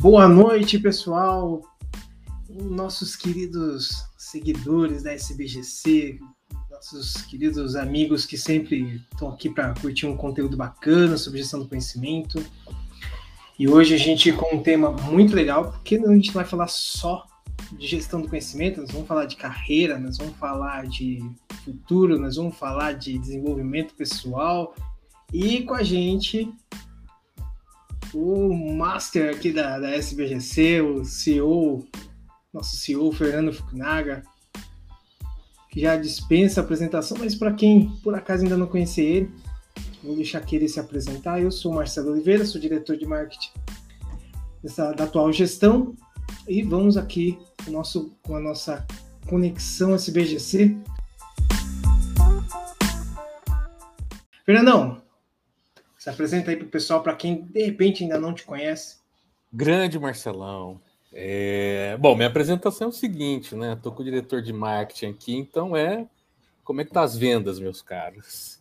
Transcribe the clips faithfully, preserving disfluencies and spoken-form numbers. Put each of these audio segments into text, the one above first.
Boa noite, pessoal. Nossos queridos seguidores da S B G C, nossos queridos amigos que sempre estão aqui para curtir um conteúdo bacana sobre gestão do conhecimento. E hoje a gente com um tema muito legal, porque a gente não vai falar só de gestão do conhecimento, nós vamos falar de carreira, nós vamos falar de futuro, nós vamos falar de desenvolvimento pessoal. E com a gente, o master aqui da, da S B G C, o C E O, nosso C E O, Fernando Fukunaga, que já dispensa a apresentação, mas para quem por acaso ainda não conhece ele, vou deixar aqui ele se apresentar. Eu sou o Marcelo Oliveira, sou diretor de marketing dessa, da atual gestão, e vamos aqui com, o nosso, com a nossa conexão S B G C. Fernandão, se apresenta aí para o pessoal, para quem de repente ainda não te conhece. Grande Marcelão. É... Bom, minha apresentação é o seguinte, né? Estou com o diretor de marketing aqui, então é como é que tá as vendas, meus caros?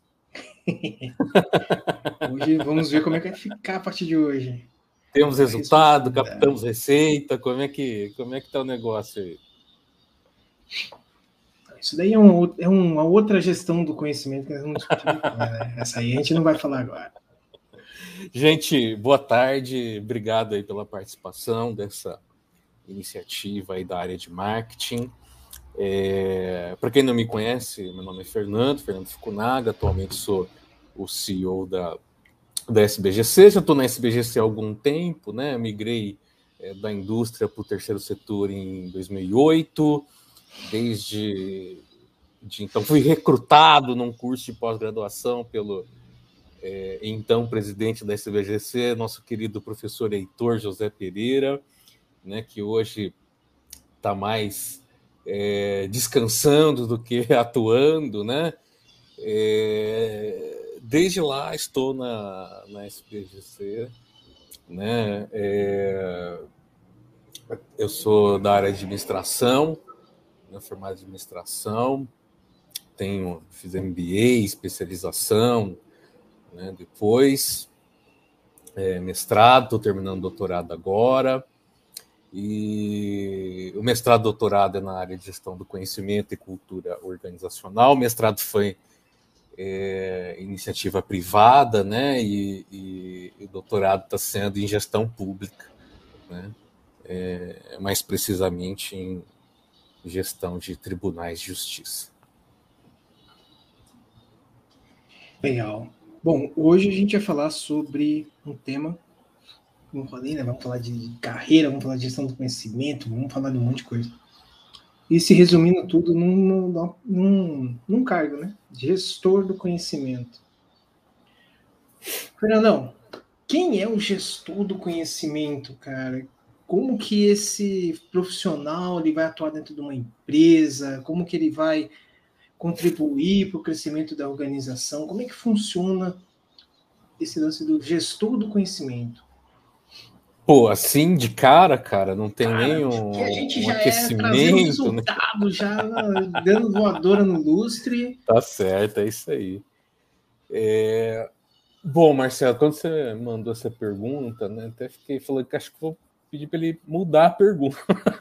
Hoje vamos ver como é que vai ficar a partir de hoje. Temos resultado, captamos receita, como é que como é que tá o negócio aí? Isso daí é, um, é uma outra gestão do conhecimento que nós vamos discutir, né? Essa aí a gente não vai falar agora. Gente, boa tarde, obrigado aí pela participação dessa iniciativa aí da área de marketing. É, para quem não me conhece, meu nome é Fernando, Fernando Fukunaga, atualmente sou o C E O da, da S B G C, já estou na S B G C há algum tempo, né? Migrei é, da indústria para o terceiro setor em dois mil e oito, desde de, então fui recrutado num curso de pós-graduação pelo é, então presidente da S B G C, nosso querido professor Heitor José Pereira, né, que hoje está mais é, descansando do que atuando, né? É, desde lá estou na, na S B G C, né? É, eu sou da área de administração, né, formado em administração, tenho, fiz M B A, especialização, né, depois é, mestrado, estou terminando doutorado agora. E o mestrado e doutorado é na área de gestão do conhecimento e cultura organizacional. O mestrado foi é, iniciativa privada, né? E, e, e o doutorado está sendo em gestão pública, né? É, mais precisamente em gestão de tribunais de justiça. Legal. Bom, hoje a gente vai falar sobre um tema, como eu falei, né? Vamos falar de carreira, vamos falar de gestão do conhecimento, vamos falar de um monte de coisa. E se resumindo tudo num, num, num, num cargo, né? Gestor do conhecimento. Fernandão, quem é o gestor do conhecimento, cara? Como que esse profissional ele vai atuar dentro de uma empresa? Como que ele vai contribuir para o crescimento da organização? Como é que funciona esse lance do gestor do conhecimento? Pô, assim de cara, cara, não tem cara, nem um, que a gente um já é trazendo aquecimento, resultado, né? já dando voadora no lustre. Tá certo, é isso aí. É... Bom, Marcelo, quando você mandou essa pergunta, né, até fiquei falando que acho que vou pedir para ele mudar a pergunta.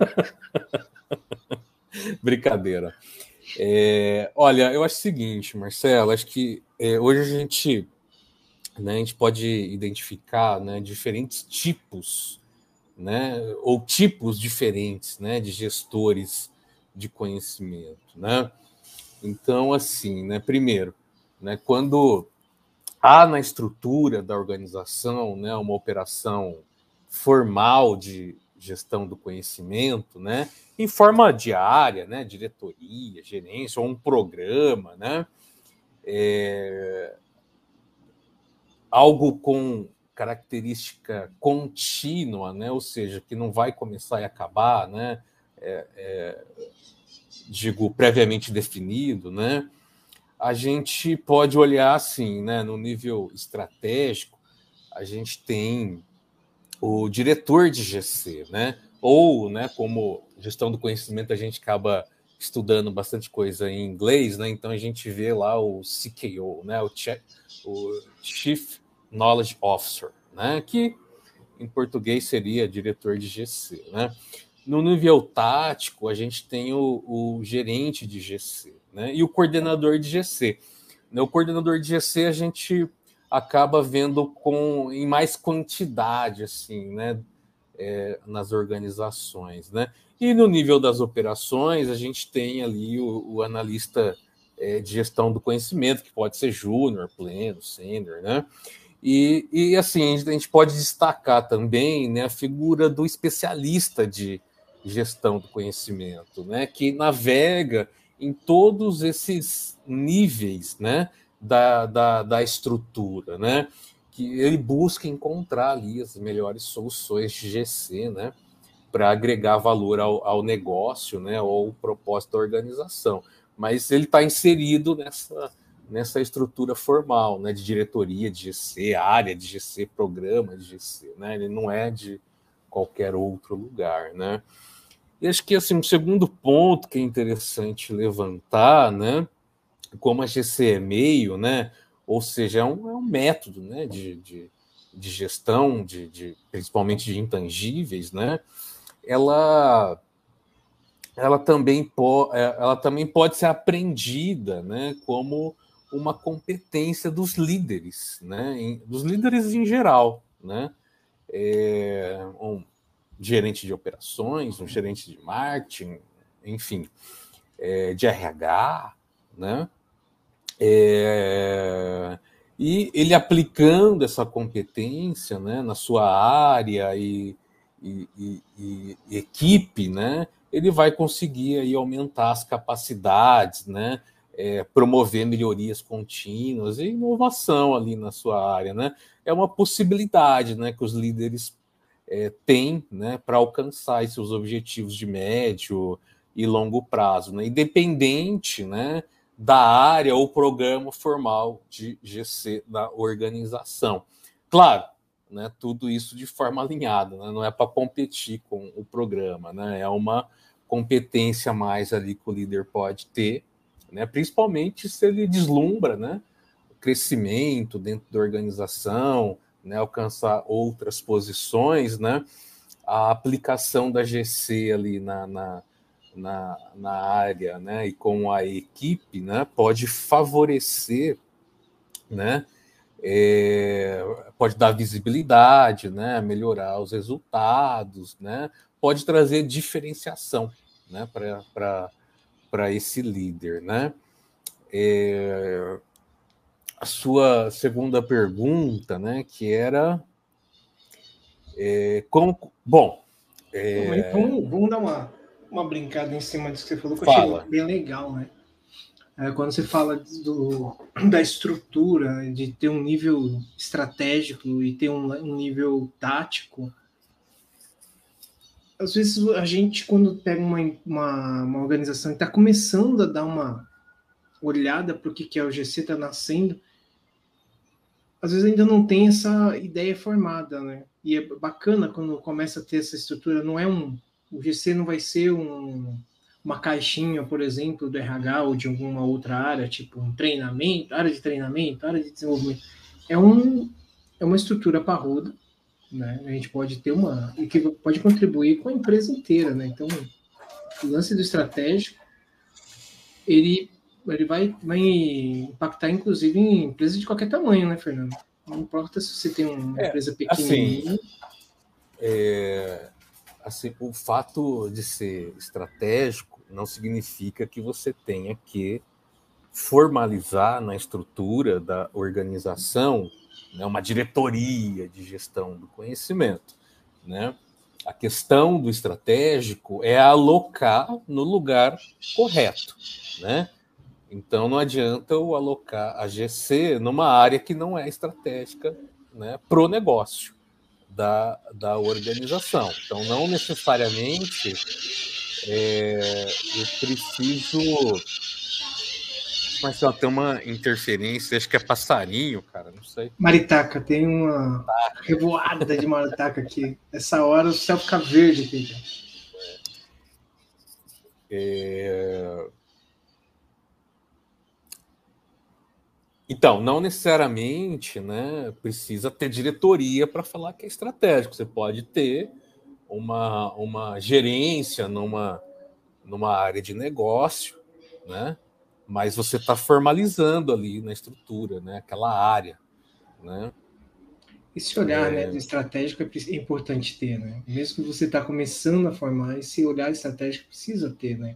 Brincadeira. É, olha, eu acho o seguinte, Marcelo, acho que é, hoje a gente, né, a gente pode identificar, né, diferentes tipos, né, ou tipos diferentes, né, de gestores de conhecimento, né? Então, assim, né, primeiro, né, quando há na estrutura da organização, né, uma operação formal de gestão do conhecimento, né, em forma diária, né, diretoria, gerência, ou um programa, né, é, algo com característica contínua, né, ou seja, que não vai começar e acabar, né, é, é, digo, previamente definido, né, a gente pode olhar assim, né, no nível estratégico, a gente tem o diretor de G C, né, ou, né, como gestão do conhecimento a gente acaba estudando bastante coisa em inglês, né, então a gente vê lá o C K O, né, o Chief Knowledge Officer, né, que em português seria diretor de G C, né? No nível tático, a gente tem o, o gerente de G C, né? E o coordenador de G C. O coordenador de G C a gente acaba vendo com, em mais quantidade, assim, né? É, nas organizações, né? E no nível das operações, a gente tem ali o, o analista é, de gestão do conhecimento, que pode ser júnior, pleno, sênior, né? E, e assim, a gente pode destacar também, né, a figura do especialista de gestão do conhecimento, né, que navega em todos esses níveis, né, da, da, da estrutura, né, que ele busca encontrar ali as melhores soluções de G C, né, para agregar valor ao, ao negócio, né, ou ao propósito da organização. Mas ele está inserido nessa, nessa estrutura formal, né, de diretoria de G C, área de G C, programa de G C, né? Ele não é de qualquer outro lugar, né? E acho que assim, um segundo ponto que é interessante levantar, né, como a G C é meio, né, ou seja, é um, é um método, né, de, de, de gestão, de, de, principalmente de intangíveis, né, ela ela também, po ela também pode ser aprendida, né, como uma competência dos líderes, né, em, dos líderes em geral, né, é, um gerente de operações, um gerente de marketing, enfim, é, de R H, né, é, e ele aplicando essa competência, né, na sua área e, e, e, e equipe, né, ele vai conseguir aí aumentar as capacidades, né, é, promover melhorias contínuas e inovação ali na sua área, né? É uma possibilidade, né, que os líderes é, têm, né, para alcançar seus objetivos de médio e longo prazo, né? Independente, né, da área ou programa formal de G C da organização. Claro, né, tudo isso de forma alinhada, né, não é para competir com o programa, né, é uma competência mais ali que o líder pode ter, né, principalmente se ele deslumbra, né, o crescimento dentro da organização, né, alcançar outras posições, né, a aplicação da G C ali na, na Na, na área, né, e com a equipe, né, pode favorecer, né, é, pode dar visibilidade, né, melhorar os resultados, né, pode trazer diferenciação, né, para esse líder, né. É, a sua segunda pergunta, né, que era é, como, bom, é, Vamos, vamos dar uma, uma brincada em cima disso que você falou, que eu achei fala. bem legal, né? É, quando você fala do, da estrutura, de ter um nível estratégico e ter um, um nível tático, às vezes a gente, quando pega uma, uma, uma organização e está começando a dar uma olhada para o que, que é o G C, está nascendo, às vezes ainda não tem essa ideia formada, né? E é bacana quando começa a ter essa estrutura, não é um... O G C não vai ser um, uma caixinha, por exemplo, do R H ou de alguma outra área, tipo um treinamento, área de treinamento, área de desenvolvimento. É, um, é uma estrutura parruda, né? A gente pode ter uma... e que pode contribuir com a empresa inteira, né? Então, o lance do estratégico, ele, ele vai, vai impactar, inclusive, em empresas de qualquer tamanho, né, Fernando? Não importa se você tem uma É, empresa assim, pequenininha. É, assim, o fato de ser estratégico não significa que você tenha que formalizar na estrutura da organização, né, uma diretoria de gestão do conhecimento, né? A questão do estratégico é alocar no lugar correto, né? Então não adianta eu alocar a G C numa área que não é estratégica, né, pro negócio da, da organização. Então, não necessariamente é, eu preciso. Marcelo, tem uma interferência, acho que é passarinho, cara, não sei. Maritaca, tem uma revoada de maritaca aqui. Essa hora o céu fica verde aqui. É... Então, não necessariamente, né, precisa ter diretoria para falar que é estratégico. Você pode ter uma, uma gerência numa, numa área de negócio, né, mas você está formalizando ali na estrutura, né, aquela área. Né? Esse olhar, né, do estratégico é importante ter, né? Mesmo que você está começando a formar, esse olhar estratégico precisa ter, né?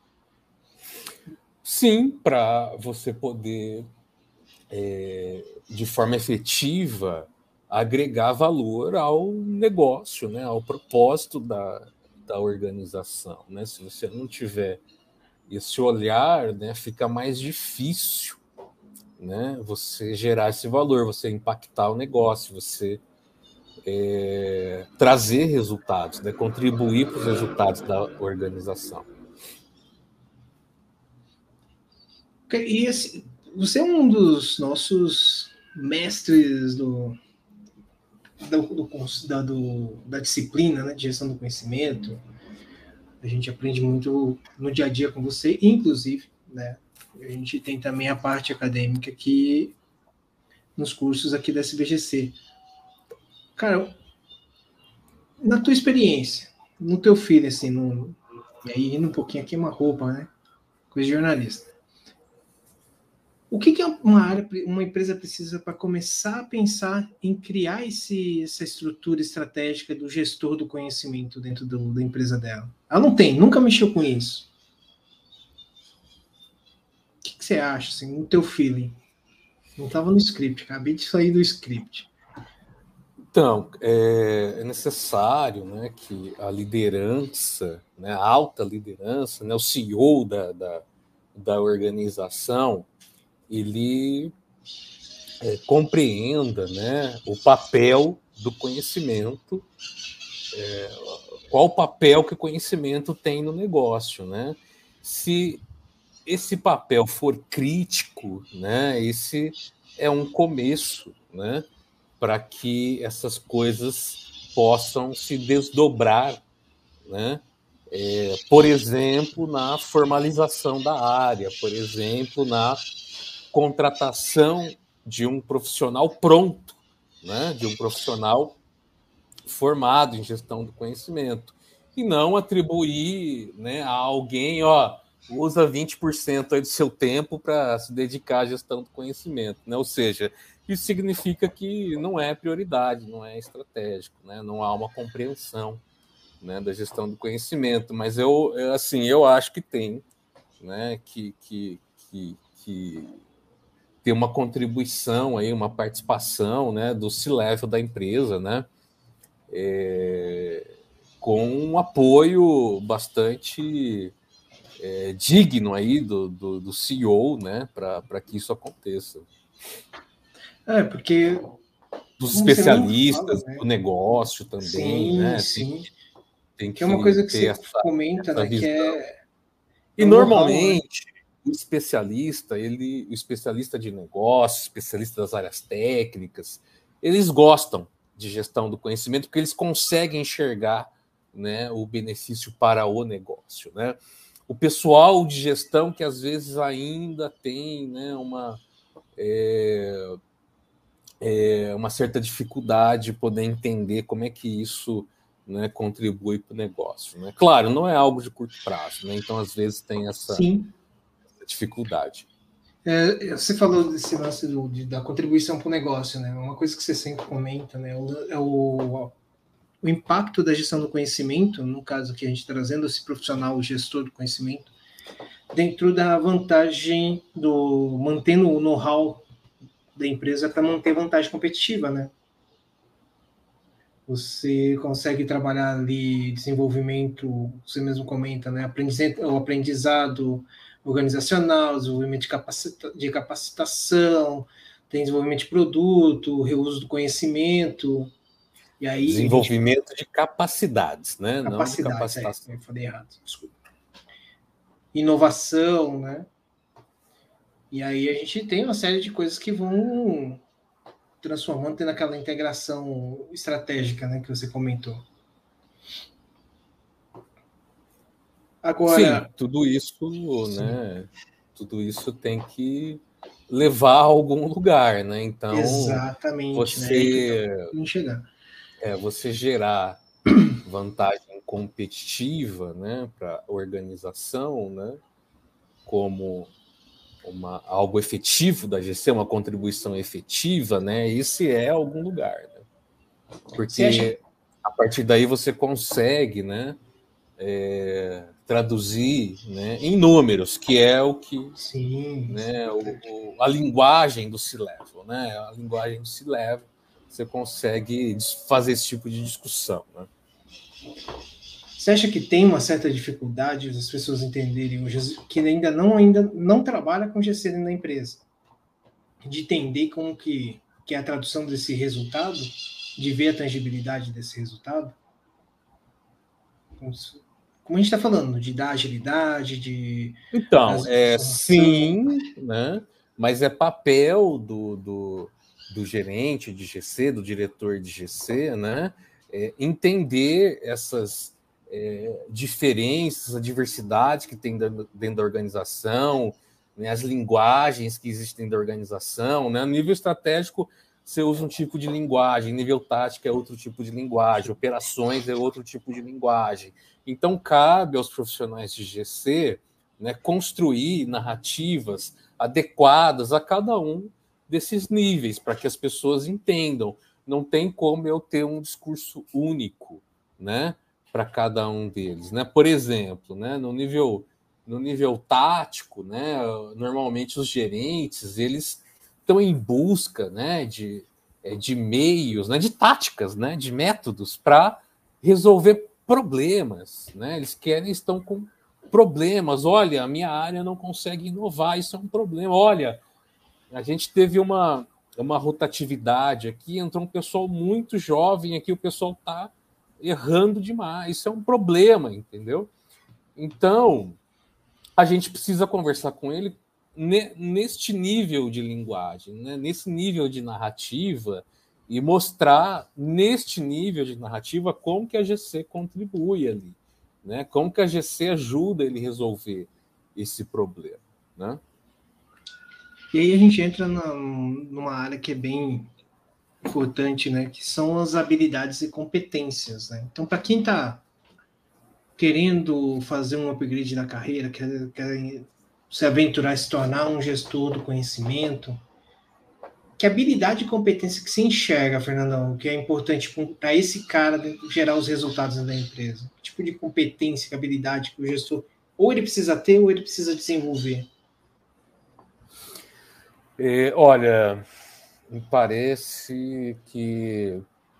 Sim, para você poder, é, de forma efetiva, agregar valor ao negócio, né, ao propósito da, da organização. Né? Se você não tiver esse olhar, né, fica mais difícil, né, você gerar esse valor, você impactar o negócio, você é, trazer resultados, né, contribuir para os resultados da organização. E esse, você é um dos nossos mestres do, do, do, da, do, da disciplina, né, de gestão do conhecimento. A gente aprende muito no dia a dia com você, inclusive, né? A gente tem também a parte acadêmica aqui nos cursos aqui da S B G C. Cara, na tua experiência, no teu filho, assim, no, e aí indo um pouquinho aqui uma roupa, né? Coisa de jornalista. O que, que uma área, uma empresa precisa para começar a pensar em criar esse, essa estrutura estratégica do gestor do conhecimento dentro do, da empresa dela? Ela não tem, nunca mexeu com isso. O que, que você acha, assim, no teu feeling? Não estava no script, acabei de sair do script. Então, é, é necessário, né, que a liderança, né, a alta liderança, né, o C E O da, da, da organização, ele é, compreenda, né, o papel do conhecimento, é, qual o papel que o conhecimento tem no negócio. Né? Se esse papel for crítico, né, esse é um começo, né, para que essas coisas possam se desdobrar, né? É, por exemplo, na formalização da área, por exemplo, na contratação de um profissional pronto, né? De um profissional formado em gestão do conhecimento, e não atribuir, né, a alguém, ó, usa vinte por cento aí do seu tempo para se dedicar à gestão do conhecimento, né? Ou seja, isso significa que não é prioridade, não é estratégico, né? Não há uma compreensão, né, da gestão do conhecimento. Mas eu, eu assim, eu acho que tem, né, que, que, que, que ter uma contribuição aí, uma participação, né, do C-level da empresa, né? É, com um apoio bastante é, digno aí do, do, do C E O, né, para que isso aconteça. É, porque Dos especialistas fala, né? do negócio também, sim, né? Sim, Tem, tem que é uma coisa que ter você essa, comenta, essa né? Que visão. é, E é um know-how, né? normalmente o especialista, ele, o especialista de negócio, especialista das áreas técnicas, eles gostam de gestão do conhecimento porque eles conseguem enxergar, né, o benefício para o negócio, né? O pessoal de gestão que às vezes ainda tem, né, uma é, é, uma certa dificuldade de poder entender como é que isso, né, contribui para o negócio, né? Claro, não é algo de curto prazo, né? Então às vezes tem essa, essa dificuldade. É, você falou desse lance do, de, da contribuição para o negócio, né? Uma coisa que você sempre comenta, né? É o, o impacto da gestão do conhecimento, no caso que a gente está trazendo esse profissional, o gestor do conhecimento, dentro da vantagem do mantendo o know-how da empresa para manter vantagem competitiva, né? Você consegue trabalhar ali desenvolvimento, você mesmo comenta, né? O aprendizado organizacional, desenvolvimento de, capacita de capacitação, tem desenvolvimento de produto, reuso do conhecimento. E aí, desenvolvimento gente... de capacidades, né? Não de capacitação. É, eu falei errado, desculpa. Inovação, né? E aí a gente tem uma série de coisas que vão transformando, tendo aquela integração estratégica, né, que você comentou. Agora, sim, tudo isso, sim, né? Tudo isso tem que levar a algum lugar, né? Então, exatamente, você, né? é, você gerar vantagem competitiva, né, para a organização, né, como uma, algo efetivo da G C, uma contribuição efetiva, né, esse é algum lugar, né? Porque a partir daí você consegue, né, é, traduzir, né, em números, que é o que, sim, né, o, o, a linguagem do C-Level, né, a linguagem do C-Level, você consegue fazer esse tipo de discussão, né? Você acha que tem uma certa dificuldade das pessoas entenderem hoje que ainda não ainda não trabalha com G C na empresa, de entender como que, que é a tradução desse resultado, de ver a tangibilidade desse resultado? Como a gente está falando, de dar agilidade, de então, trazer é informação. sim, né? Mas é papel do, do, do gerente de G C, do diretor de G C, né? É entender essas é, diferenças, a diversidade que tem dentro da organização, né? As linguagens que existem da organização, né? No nível estratégico, você usa um tipo de linguagem, nível tático é outro tipo de linguagem, operações é outro tipo de linguagem. Então, cabe aos profissionais de G C, né, construir narrativas adequadas a cada um desses níveis, para que as pessoas entendam. Não tem como eu ter um discurso único, né, para cada um deles. Né? Por exemplo, né, no nível, no nível tático, né, normalmente os gerentes eles estão em busca, né, de, de meios, né, de táticas, né, de métodos para resolver problemas, né? Eles querem, estão com problemas. Olha, a minha área não consegue inovar, isso é um problema. Olha, a gente teve uma, uma rotatividade aqui, entrou um pessoal muito jovem aqui, o pessoal está errando demais, isso é um problema, entendeu? Então, a gente precisa conversar com ele neste nível de linguagem, né? Nesse nível de narrativa, e mostrar neste nível de narrativa como que a G C contribui ali, né? Como que a G C ajuda ele a resolver esse problema, né? E aí a gente entra na, numa área que é bem importante, né? Que são as habilidades e competências, né? Então, para quem está querendo fazer um upgrade na carreira, quer, quer se aventurar a se tornar um gestor do conhecimento, que habilidade e competência que se enxerga, Fernandão, que é importante para esse cara gerar os resultados da empresa? Que tipo de competência, que habilidade que o gestor ou ele precisa ter ou ele precisa desenvolver? É, olha, me parece que,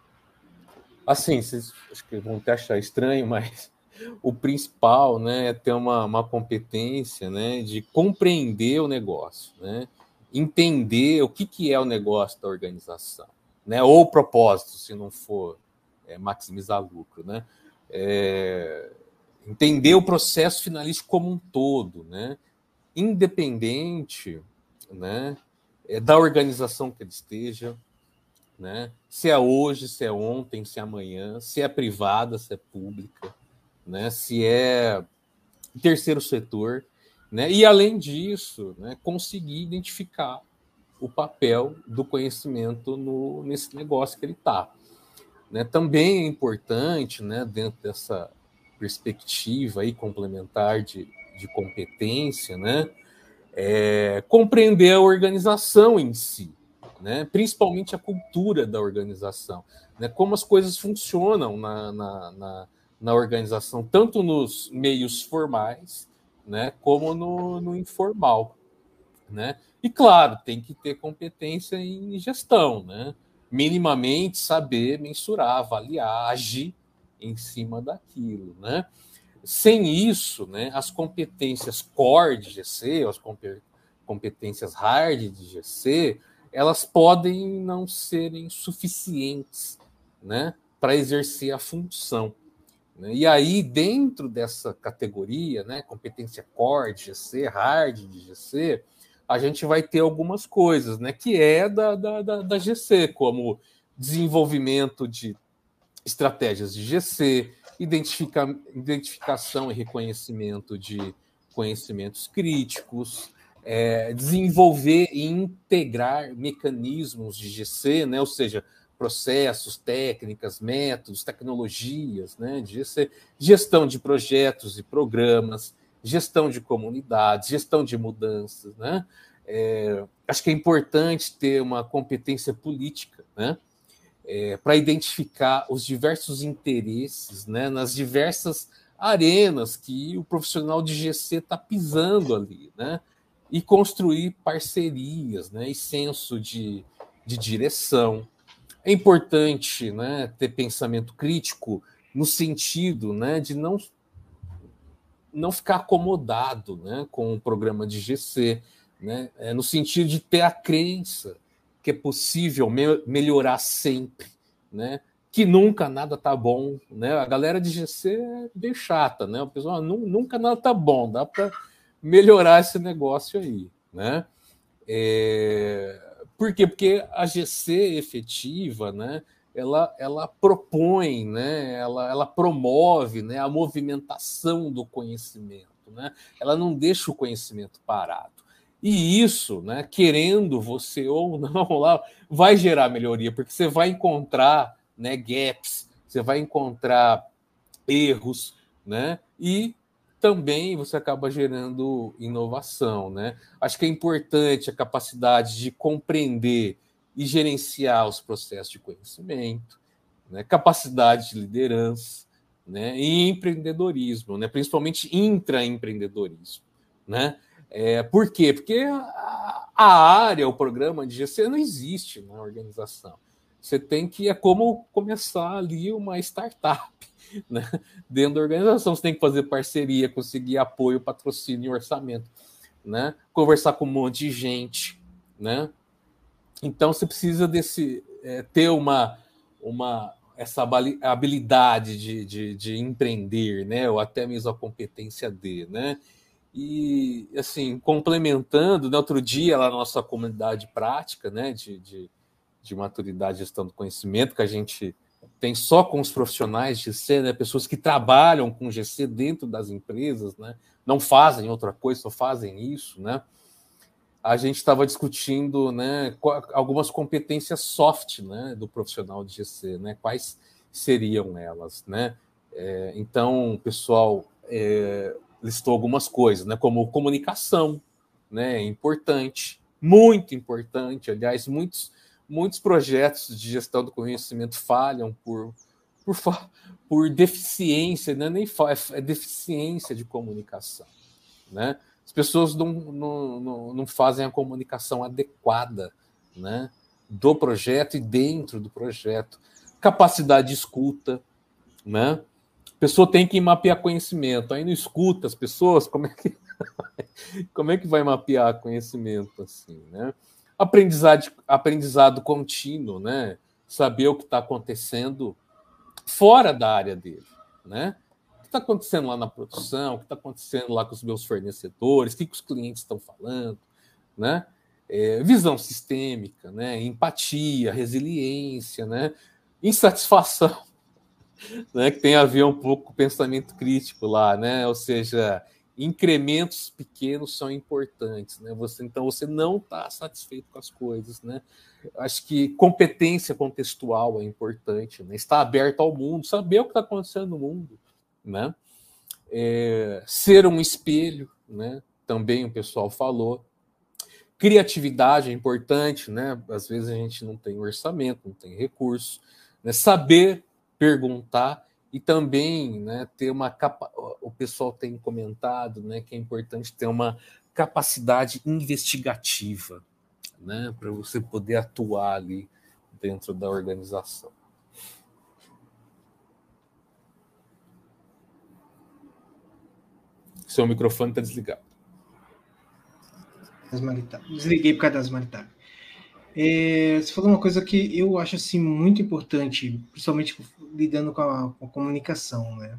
assim, vocês acho que vão até achar estranho, mas o principal, né, é ter uma, uma competência, né, de compreender o negócio, né, entender o que, que é o negócio da organização, né, ou o propósito, se não for é, maximizar lucro, né, é, entender o processo finalístico como um todo, né, independente, né, é, da organização que ele esteja, né, se é hoje, se é ontem, se é amanhã, se é privada, se é pública, né, se é terceiro setor, né, e além disso, né, conseguir identificar o papel do conhecimento no, nesse negócio que ele está. Né. Também é importante, né, dentro dessa perspectiva aí complementar de, de competência, né, é, compreender a organização em si, né, principalmente a cultura da organização, né, como as coisas funcionam na, na, na na organização, tanto nos meios formais, né, como no, no informal, né? E claro, tem que ter competência em gestão, né? Minimamente saber mensurar, avaliar, agir em cima daquilo, né? Sem isso, né, as competências core de G C, as competências hard de G C, elas podem não serem suficientes, né, para exercer a função. E aí, dentro dessa categoria, né, competência core de G C, hard de G C, a gente vai ter algumas coisas, né, que é da, da, da, da G C, como desenvolvimento de estratégias de G C, identifica, identificação e reconhecimento de conhecimentos críticos, é, desenvolver e integrar mecanismos de G C, né? Ou seja, processos, técnicas, métodos, tecnologias, né? De G C, gestão de projetos e programas, gestão de comunidades, gestão de mudanças, né? É, acho que é importante ter uma competência política, né? É, para identificar os diversos interesses, né? Nas diversas arenas que o profissional de G C está pisando ali, né? E construir parcerias, né? E senso de, de direção. É importante, né, ter pensamento crítico no sentido, né, de não, não ficar acomodado, né, com o programa de G C, né, é, no sentido de ter a crença que é possível me melhorar sempre, né, que nunca nada tá bom, né? A galera de G C é bem chata, né? O pessoal nunca nada tá bom, dá para melhorar esse negócio aí, né? É... Por quê? Porque a G C efetiva, né? Ela, ela propõe, né? Ela, ela promove, né? A movimentação do conhecimento, né? Ela não deixa o conhecimento parado. E isso, né? Querendo você ou não, lá, vai gerar melhoria, porque você vai encontrar, né, gaps, você vai encontrar erros, né? E também você acaba gerando inovação, né? Acho que é importante a capacidade de compreender e gerenciar os processos de conhecimento, né? Capacidade de liderança, né? E empreendedorismo, né? Principalmente intraempreendedorismo, né? É, por quê? Porque a, a área, o programa de G C não existe na organização. Você tem que, é como começar ali uma startup, né? Dentro da organização. Você tem que fazer parceria, conseguir apoio, patrocínio e orçamento, né? Conversar com um monte de gente, né? Então você precisa desse, é, ter uma, uma, essa habilidade de, de, de empreender, né? Ou até mesmo a competência de, né? E, assim, complementando, né, outro dia lá na nossa comunidade prática, né, de, de, de maturidade e gestão do conhecimento, que a gente tem só com os profissionais de G C, né, pessoas que trabalham com G C dentro das empresas, né, não fazem outra coisa, só fazem isso, né, a gente estava discutindo, né, algumas competências soft, né, do profissional de G C, né, quais seriam elas, né, é, então, pessoal, é, listou algumas coisas, né, como comunicação, né, importante, muito importante. Aliás, muitos, muitos projetos de gestão do conhecimento falham por, por, por deficiência, né, nem fa é deficiência de comunicação, né? As pessoas não, não, não, não fazem a comunicação adequada, né, do projeto e dentro do projeto. Capacidade de escuta, né? A pessoa tem que mapear conhecimento, aí não escuta as pessoas, como é que, como é que vai mapear conhecimento assim, né? Aprendizado, aprendizado contínuo, né? Saber o que está acontecendo fora da área dele, né? O que está acontecendo lá na produção, o que está acontecendo lá com os meus fornecedores, o que, que os clientes estão falando, né? É, visão sistêmica, né? Empatia, resiliência, né? Insatisfação, né, que tem a ver um pouco com o pensamento crítico lá, né? Ou seja, incrementos pequenos são importantes, né? Você, então você não está satisfeito com as coisas, né? Acho que competência contextual é importante, né? Estar aberto ao mundo, saber o que está acontecendo no mundo, né? É, ser um espelho, né? Também o pessoal falou. Criatividade é importante, né? Às vezes a gente não tem orçamento, não tem recurso, né? Saber perguntar e também, né, ter uma capa... o pessoal tem comentado, né, que é importante ter uma capacidade investigativa, né, para você poder atuar ali dentro da organização. Seu microfone está desligado. Desliguei por causa das maritadas. É, você falou uma coisa que eu acho assim muito importante, principalmente lidando com a, com a comunicação, né?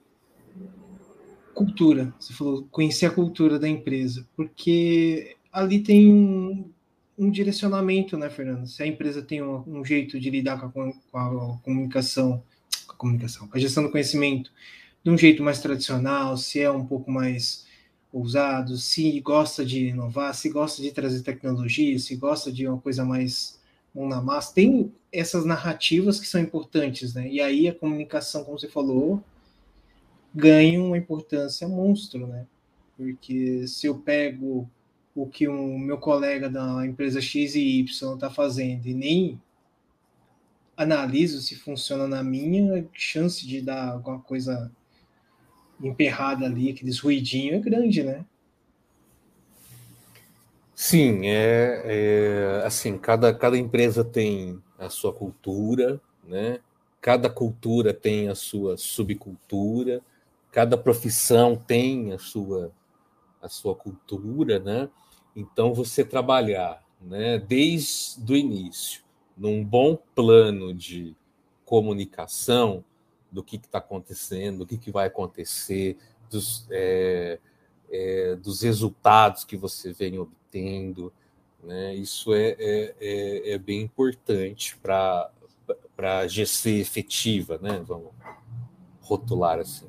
Cultura. Você falou conhecer a cultura da empresa, porque ali tem um, um direcionamento, né, Fernando? Se a empresa tem um, um jeito de lidar com a, com a comunicação, com a comunicação, com a gestão do conhecimento, de um jeito mais tradicional, se é um pouco mais ousado, se gosta de inovar, se gosta de trazer tecnologia, se gosta de uma coisa mais mão na massa. Tem essas narrativas que são importantes, né? E aí a comunicação, como você falou, ganha uma importância monstro, né? Porque se eu pego o que o meu colega da empresa X e Y está fazendo e nem analiso se funciona na minha, a chance de dar alguma coisa emperrada ali, aqueles ruidinhos, é grande, né? Sim, é, é assim, cada, cada empresa tem a sua cultura, né? Cada cultura tem a sua subcultura, cada profissão tem a sua, a sua cultura, né? Então, você trabalhar, né, desde o início, num bom plano de comunicação do que está acontecendo, do que, que vai acontecer, dos, é, é, dos resultados que você vem obtendo, né? Isso é, é, é, é bem importante para a G C efetiva, né? Vamos rotular assim.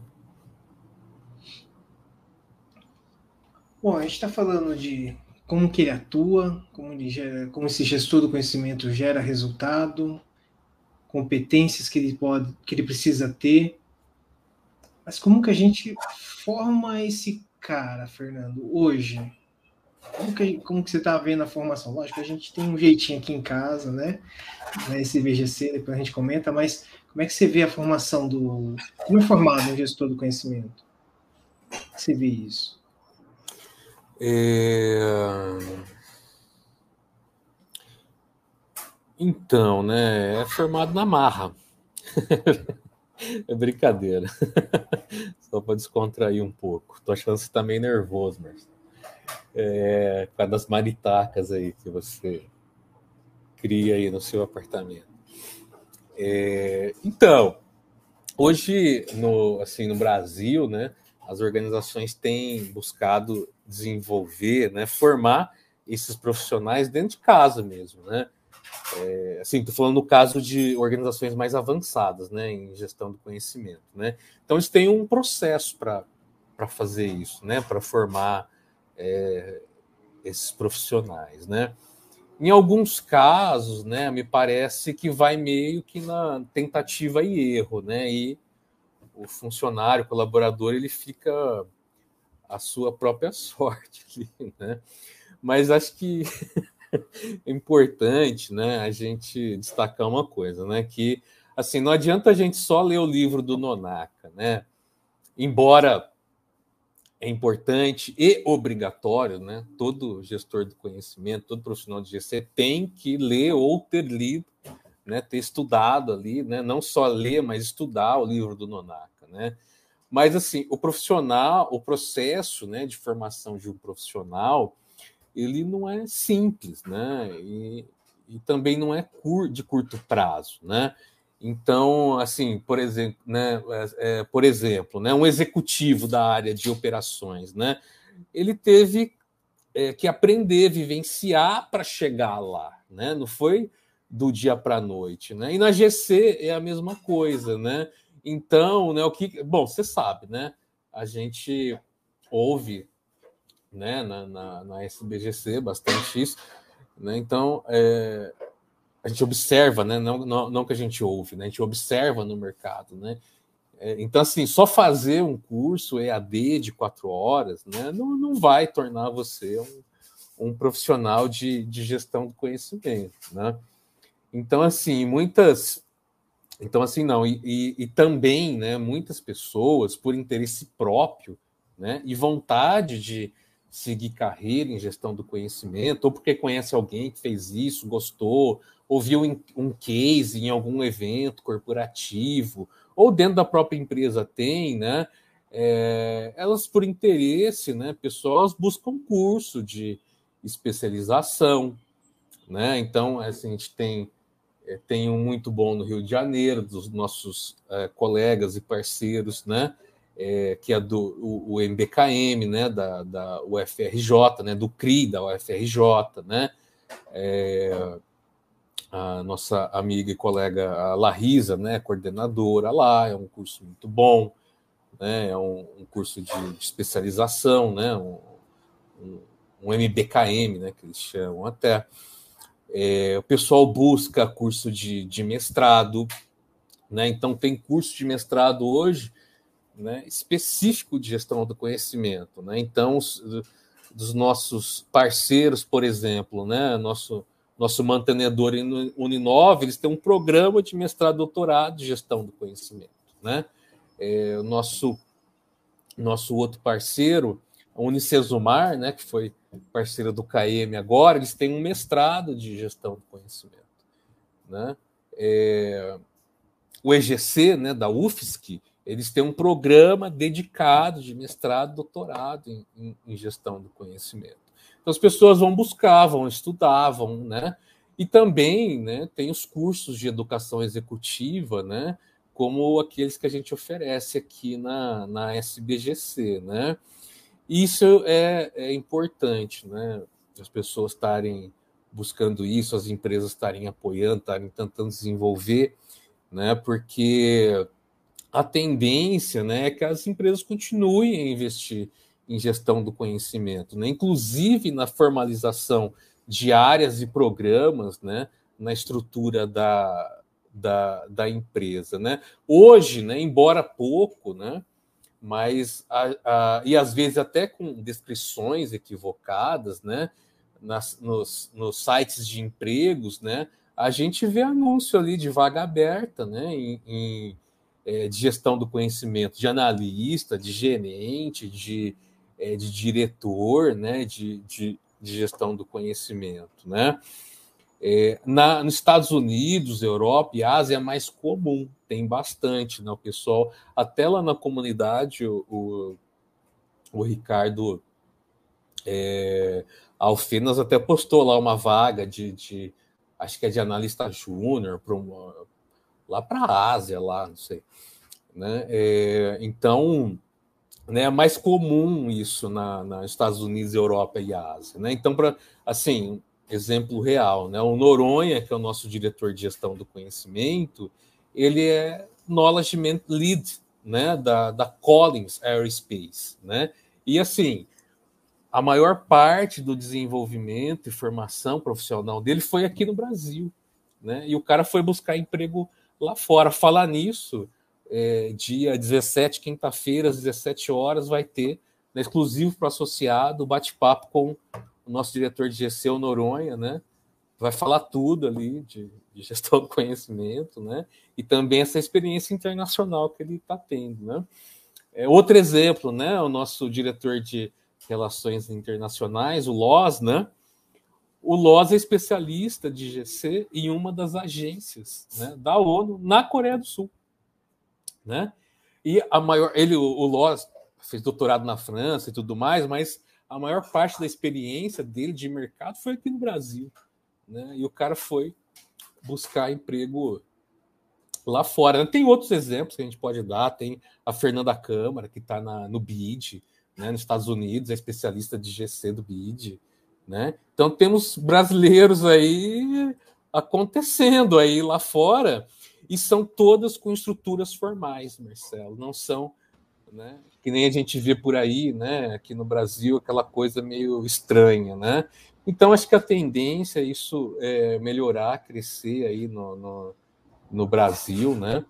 Bom, a gente está falando de como que ele atua, como, ele gera, como esse gestor do conhecimento gera resultado, competências que ele pode, que ele precisa ter. Mas como que a gente forma esse cara, Fernando, hoje? Como que, como que você está vendo a formação? Lógico, a gente tem um jeitinho aqui em casa, né? Esse B G C, depois a gente comenta, mas como é que você vê a formação do. Como é formado um gestor do conhecimento? Como é que você vê isso? É... Então, né? É formado na marra. É brincadeira. Só para descontrair um pouco. Tô achando que você tá meio nervoso, mas é, com das maritacas aí que você cria aí no seu apartamento. É, então, hoje no, assim, no Brasil, né, as organizações têm buscado desenvolver, né, formar esses profissionais dentro de casa mesmo, né? É, assim, estou falando no caso de organizações mais avançadas, né, em gestão do conhecimento, né? Então eles têm um processo para para fazer isso, né, para formar é, esses profissionais, né? Em alguns casos, né, me parece que vai meio que na tentativa e erro, né? E o funcionário, o colaborador, ele fica à sua própria sorte ali, né? Mas acho que é importante, né, a gente destacar uma coisa, né, que assim, não adianta a gente só ler o livro do Nonaka, né? Embora é importante e obrigatório, né? Todo gestor do conhecimento, todo profissional de G C tem que ler ou ter lido, né, ter estudado ali, né, não só ler, mas estudar o livro do Nonaka, né? Mas assim, o profissional, o processo, né, de formação de um profissional, ele não é simples, né? E, e também não é cur, de curto prazo, né? Então, assim, por exemplo, né, é, é, por exemplo, né, um executivo da área de operações, né, ele teve é, que aprender, vivenciar para chegar lá, né? Não foi do dia para a noite, né? E na G C é a mesma coisa, né? Então, né, o que, bom, você sabe, né? A gente ouve, né, na, na, na S B G C bastante isso, né? Então, é, a gente observa, né? Não, não, não que a gente ouve, né? A gente observa no mercado, né? É, então, assim, só fazer um curso E A D de quatro horas, né, não, não vai tornar você um, um profissional de, de gestão do conhecimento, né? Então, assim, muitas... Então, assim, não. E, e, e também, né, muitas pessoas, por interesse próprio, né, e vontade de seguir carreira em gestão do conhecimento, ou porque conhece alguém que fez isso, gostou, ouviu um case em algum evento corporativo, ou dentro da própria empresa tem, né, é, elas, por interesse, né, pessoas buscam curso de especialização, né? Então, assim, a gente tem tem um muito bom no Rio de Janeiro, dos nossos é, colegas e parceiros, né? É, que é do o, o M B K M, né? Da, da U F R J, né? Do C R I, da U F R J, né? É, a nossa amiga e colega a Larisa, né? Coordenadora lá, é um curso muito bom, né? É um, um curso de, de especialização, né? Um, um, um M B K M, né? Que eles chamam até. É, o pessoal busca curso de, de mestrado, né? Então tem curso de mestrado hoje, né, específico de gestão do conhecimento, né? Então, os, dos nossos parceiros, por exemplo, né, nosso, nosso mantenedor Uninove, eles têm um programa de mestrado e doutorado de gestão do conhecimento, né? É, o nosso, nosso outro parceiro, a Unicesumar, né, que foi parceira do K M agora, eles têm um mestrado de gestão do conhecimento, né? É, o E G C, né, da U F S C, eles têm um programa dedicado de mestrado, doutorado em, em, em gestão do conhecimento. Então as pessoas vão buscar, vão estudar, vão, né? E também, né, tem os cursos de educação executiva, né, como aqueles que a gente oferece aqui na, na S B G C, né? Isso é, é importante, né? As pessoas estarem buscando isso, as empresas estarem apoiando, estarem tentando desenvolver, né? Porque a tendência, né, é que as empresas continuem a investir em gestão do conhecimento, né? Inclusive na formalização de áreas e programas, né, na estrutura da, da, da empresa, né? Hoje, né, embora pouco, né, mas a, a, e às vezes até com descrições equivocadas, né, nas, nos, nos sites de empregos, né, a gente vê anúncio ali de vaga aberta, né, em, em é, de gestão do conhecimento, de analista, de gerente, de, é, de diretor, né, de, de, de gestão do conhecimento, né. É, na, nos Estados Unidos, Europa e Ásia é mais comum, tem bastante, né, o pessoal, até lá na comunidade, o, o, o Ricardo é, Alfenas até postou lá uma vaga de, de acho que é de analista júnior, lá para a Ásia, lá, não sei. Né? É, então, né, é mais comum isso na, nos Estados Unidos, Europa e Ásia. Né? Então, para assim, exemplo real, né? O Noronha, que é o nosso diretor de gestão do conhecimento, ele é Knowledge Lead, né, da, da Collins Aerospace. Né? E assim, a maior parte do desenvolvimento e formação profissional dele foi aqui no Brasil. Né? E o cara foi buscar emprego lá fora. Falar nisso, é, dia dezessete, quinta-feira, às dezessete horas, vai ter, né, exclusivo para o associado, bate-papo com o nosso diretor de G C, o Noronha, né? Vai falar tudo ali de, de gestão do conhecimento, né? E também essa experiência internacional que ele está tendo, né? É, outro exemplo, né? O nosso diretor de Relações Internacionais, o Loz, né? O Loz é especialista de G C em uma das agências, né, da ONU na Coreia do Sul, né? E a maior, ele, o Loz, fez doutorado na França e tudo mais, mas a maior parte da experiência dele de mercado foi aqui no Brasil, né? E o cara foi buscar emprego lá fora. Tem outros exemplos que a gente pode dar. Tem a Fernanda Câmara, que está no B I D, né, nos Estados Unidos, é especialista de G C do B I D. Né? Então temos brasileiros aí acontecendo aí lá fora e são todas com estruturas formais, Marcelo, não são, né, que nem a gente vê por aí, né, aqui no Brasil, aquela coisa meio estranha, né? Então acho que a tendência é isso é, melhorar, crescer aí no, no, no Brasil, né?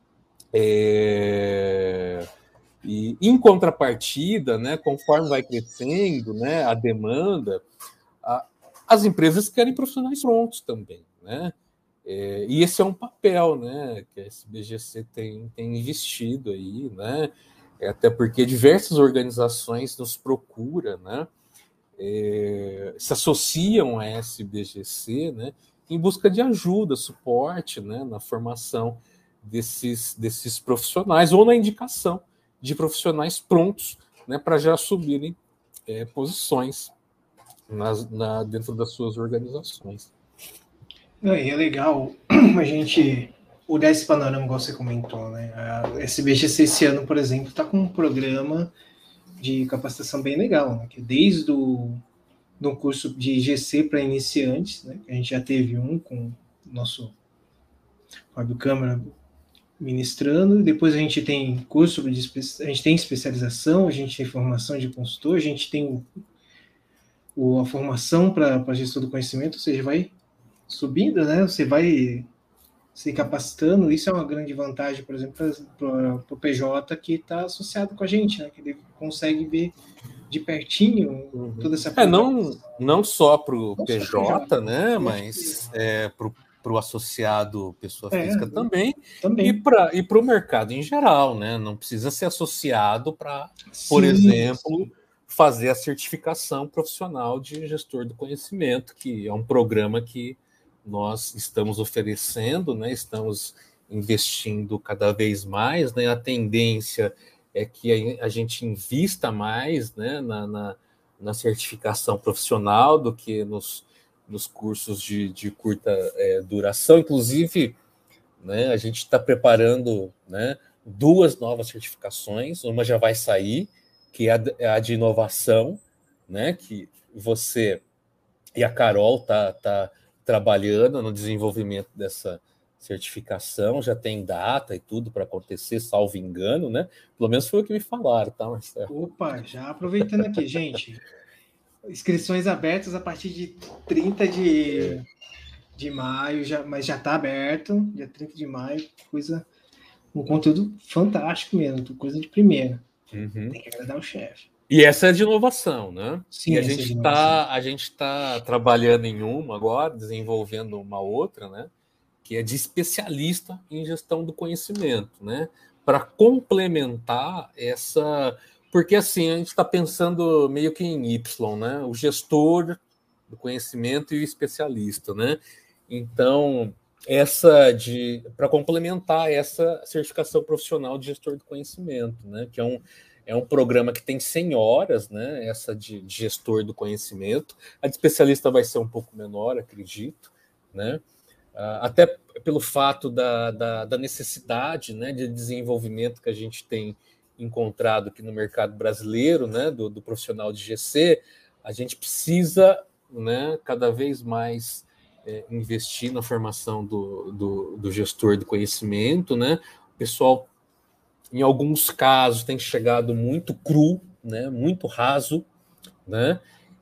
É... E em contrapartida, né, conforme vai crescendo, né, a demanda, a, as empresas querem profissionais prontos também, né? É, e esse é um papel, né, que a S B G C tem, tem investido aí, né? É, até porque diversas organizações nos procuram, né? É, se associam à S B G C, né, em busca de ajuda, suporte, né, na formação desses, desses profissionais ou na indicação de profissionais prontos, né, para já assumirem é, posições nas, na, dentro das suas organizações. É, é legal a gente olhar esse panorama, igual você comentou, né? A S B G C esse ano, por exemplo, está com um programa de capacitação bem legal, né? Que desde o do curso de G C para iniciantes, né? A gente já teve um com o nosso Fábio Câmara ministrando, depois a gente tem curso, de, a gente tem especialização, a gente tem formação de consultor, a gente tem o, o, a formação para gestor do conhecimento, ou seja, vai subindo, né? Você vai se capacitando, isso é uma grande vantagem, por exemplo, para o P J que está associado com a gente, né? Que ele consegue ver de pertinho uhum. toda essa é, não, não só para o P J, né? Mas é, para o para o associado pessoa é, física também, também. e para e o mercado em geral, né? Não precisa ser associado para, por sim, exemplo, sim. fazer a certificação profissional de gestor do conhecimento, que é um programa que nós estamos oferecendo, né? Estamos investindo cada vez mais, né? A tendência é que a gente invista mais, né? na, na, na certificação profissional do que nos nos cursos de, de curta é, duração. Inclusive, né, a gente está preparando, né, duas novas certificações. Uma já vai sair, que é a, a de inovação, né, que você e a Carol tá, tá trabalhando no desenvolvimento dessa certificação, já tem data e tudo para acontecer, salvo engano, né? Pelo menos foi o que me falaram, tá, Marcelo? Opa, já aproveitando aqui, gente. Inscrições abertas a partir de trinta de, de maio, já, mas já está aberto, dia trinta de maio, coisa, um conteúdo fantástico mesmo, coisa de primeira. Uhum. Tem que agradar o chefe. E essa é de inovação, né? Sim, e a essa é gente de está inovação. a gente está trabalhando em uma agora, desenvolvendo uma outra, né? Que é de especialista em gestão do conhecimento, né? Para complementar essa, porque assim a gente está pensando meio que em Y, né? O gestor do conhecimento e o especialista, né? Então essa de para complementar essa certificação profissional de gestor do conhecimento, né? Que é um é um programa que tem cem horas, né? Essa de, de gestor do conhecimento. A de especialista vai ser um pouco menor, acredito, né? Até pelo fato da, da, da necessidade, né, de desenvolvimento que a gente tem encontrado aqui no mercado brasileiro, né, do, do profissional de G C, a gente precisa, né, cada vez mais é, investir na formação do, do, do gestor do conhecimento, né? O pessoal, em alguns casos, tem chegado muito cru, né, muito raso, né?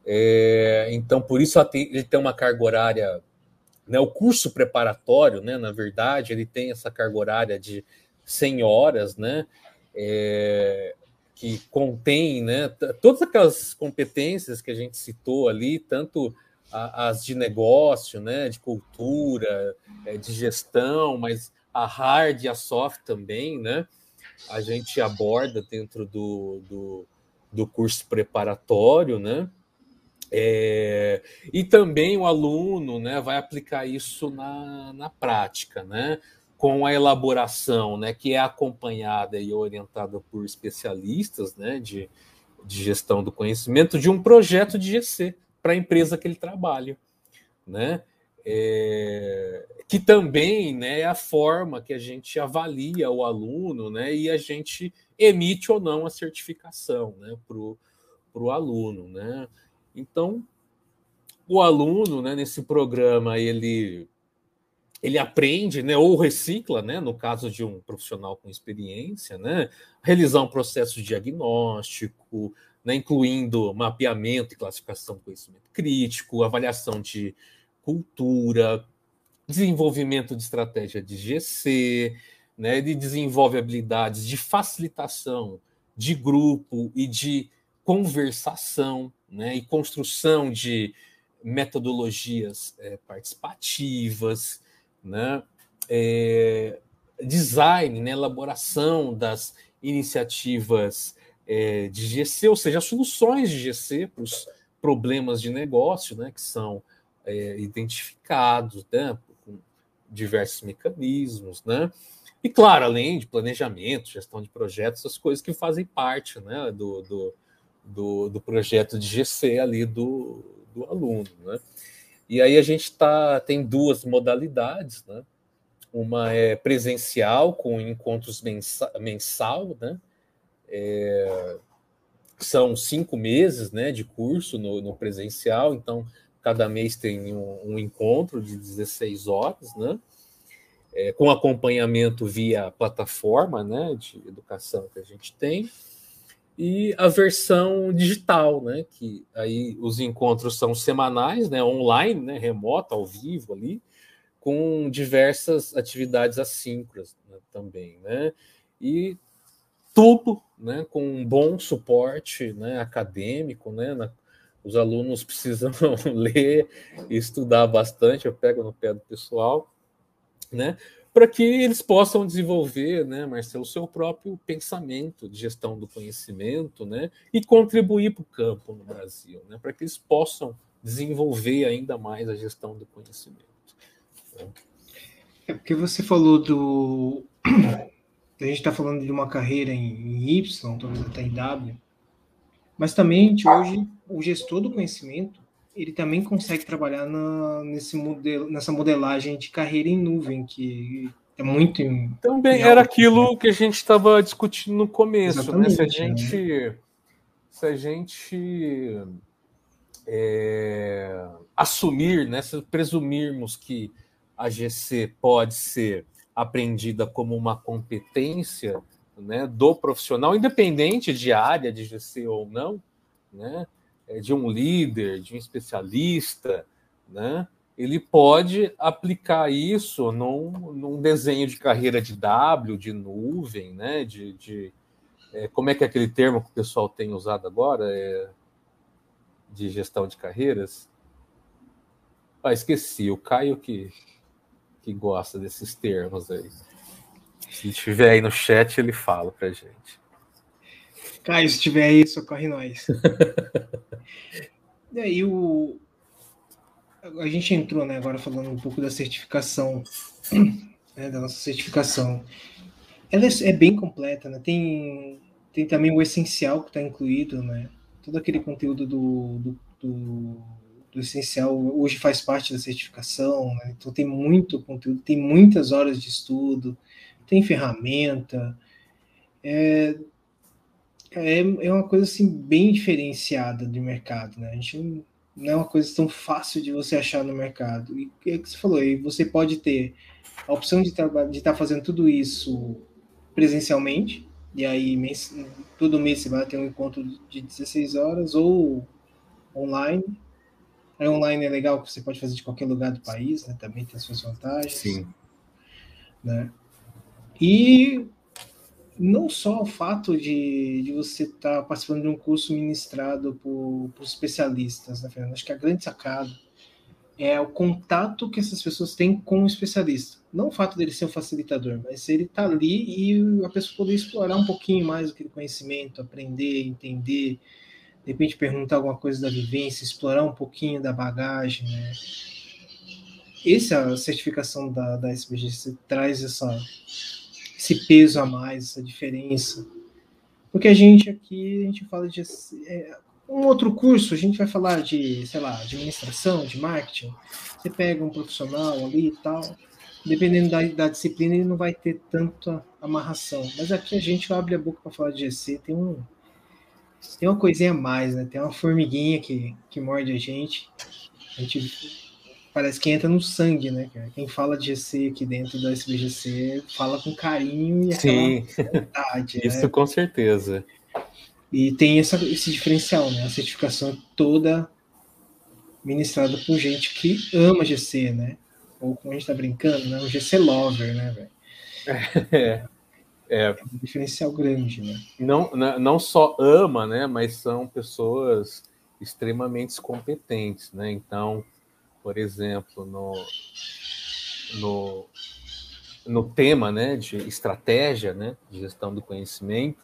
É, então, por isso ele tem uma carga horária. Né, o curso preparatório, né, na verdade, ele tem essa carga horária de cem horas, né, é, que contém, né, todas aquelas competências que a gente citou ali, tanto a, as de negócio, né, de cultura, é, de gestão, mas a hard e a soft também, né, a gente aborda dentro do, do, do curso preparatório, né. É, e também o aluno, né, vai aplicar isso na, na prática, né, com a elaboração, né, que é acompanhada e orientada por especialistas, né, de, de gestão do conhecimento, de um projeto de G C para a empresa que ele trabalha, né, é, que também, né, é a forma que a gente avalia o aluno, né, e a gente emite ou não a certificação, né, para o aluno, né. Então, o aluno, né, nesse programa, ele, ele aprende, né, ou recicla, né, no caso de um profissional com experiência, né, realizar um processo diagnóstico, né, incluindo mapeamento e classificação do conhecimento crítico, avaliação de cultura, desenvolvimento de estratégia de G C, né, ele desenvolve habilidades de facilitação de grupo e de conversação, né, e construção de metodologias é, participativas, né, é, design, né, elaboração das iniciativas é, de G C, ou seja, soluções de G C para os problemas de negócio, né, que são é, identificados, né, com diversos mecanismos, né, e claro, além de planejamento, gestão de projetos, essas coisas que fazem parte, né, do, do, do, do projeto de G C ali do, do aluno, né. E aí a gente tá, tem duas modalidades, né, uma é presencial, com encontros mensa, mensal, né, é, são cinco meses, né, de curso no, no presencial, então cada mês tem um, um encontro de dezesseis horas, né, é, com acompanhamento via plataforma, né, de educação que a gente tem, e a versão digital, né, que aí os encontros são semanais, né, online, né, remoto, ao vivo ali, com diversas atividades assíncronas, né, também, né, e tudo, né, com um bom suporte, né, acadêmico, né, na, os alunos precisam ler e estudar bastante, eu pego no pé do pessoal, né, para que eles possam desenvolver, né, Marcelo, o seu próprio pensamento de gestão do conhecimento, né, e contribuir para o campo no Brasil, né, para que eles possam desenvolver ainda mais a gestão do conhecimento. É porque você falou do... A gente está falando de uma carreira em Y, talvez até em W, mas também, hoje, o gestor do conhecimento, ele também consegue trabalhar na, nesse modelo, nessa modelagem de carreira em nuvem, que é muito... Em, também em era alta, aquilo né? que a gente estava discutindo no começo, Exatamente, né? Se a gente... Né? Se a gente é, assumir, né, se presumirmos que a G C pode ser aprendida como uma competência, né, do profissional, independente de área de G C ou não, né, de um líder, de um especialista, né, ele pode aplicar isso num, num desenho de carreira de W, de nuvem, né, de, de é, como é que é aquele termo que o pessoal tem usado agora? É, de gestão de carreiras. Ah, esqueci, o Caio que, que gosta desses termos aí. Se estiver aí no chat, ele fala pra gente. Caio, se tiver aí, socorre nós. E aí, o... a gente entrou, né, agora falando um pouco da certificação, né, da nossa certificação. Ela é, é bem completa, né? Tem, tem também o essencial que está incluído, né? Todo aquele conteúdo do, do, do, do essencial hoje faz parte da certificação, né? Então tem muito conteúdo, tem muitas horas de estudo, tem ferramenta, é, é, é uma coisa assim bem diferenciada do mercado, né? A gente não, não é uma coisa tão fácil de você achar no mercado. E é o que você falou, aí você pode ter a opção de estar fazendo tudo isso presencialmente, e aí mês, todo mês você vai ter um encontro de dezesseis horas, ou online. Aí online é legal que você pode fazer de qualquer lugar do país, né? Também tem as suas vantagens. Sim. Né? E não só o fato de, de você estar tá participando de um curso ministrado por, por especialistas, né, Fernando? Acho que a grande sacada é o contato que essas pessoas têm com o especialista. Não o fato dele ser um facilitador, mas ele tá ali e a pessoa poder explorar um pouquinho mais aquele conhecimento, aprender, entender, de repente perguntar alguma coisa da vivência, explorar um pouquinho da bagagem, né? Essa certificação da, da S B G C traz essa, esse peso a mais, essa diferença. Porque a gente aqui, a gente fala de... É, um outro curso, a gente vai falar de, sei lá, administração, de marketing. Você pega um profissional ali e tal, dependendo da, da disciplina, ele não vai ter tanta amarração. Mas aqui a gente abre a boca para falar de G C, tem um tem uma coisinha a mais, né? Tem uma formiguinha que, que morde a gente. A gente parece que entra no sangue, né, cara? Quem fala de G C aqui dentro da S B G C fala com carinho e aquela Sim, vontade, isso né? com certeza. E tem essa, esse diferencial, né? A certificação é toda ministrada por gente que ama G C, né? Ou como a gente tá brincando, né? Um G C lover, né, velho? É, é, é um diferencial grande, né? Não, não só ama, né? Mas são pessoas extremamente competentes, né? Então, por exemplo, no, no, no tema, né, de estratégia, né, de gestão do conhecimento,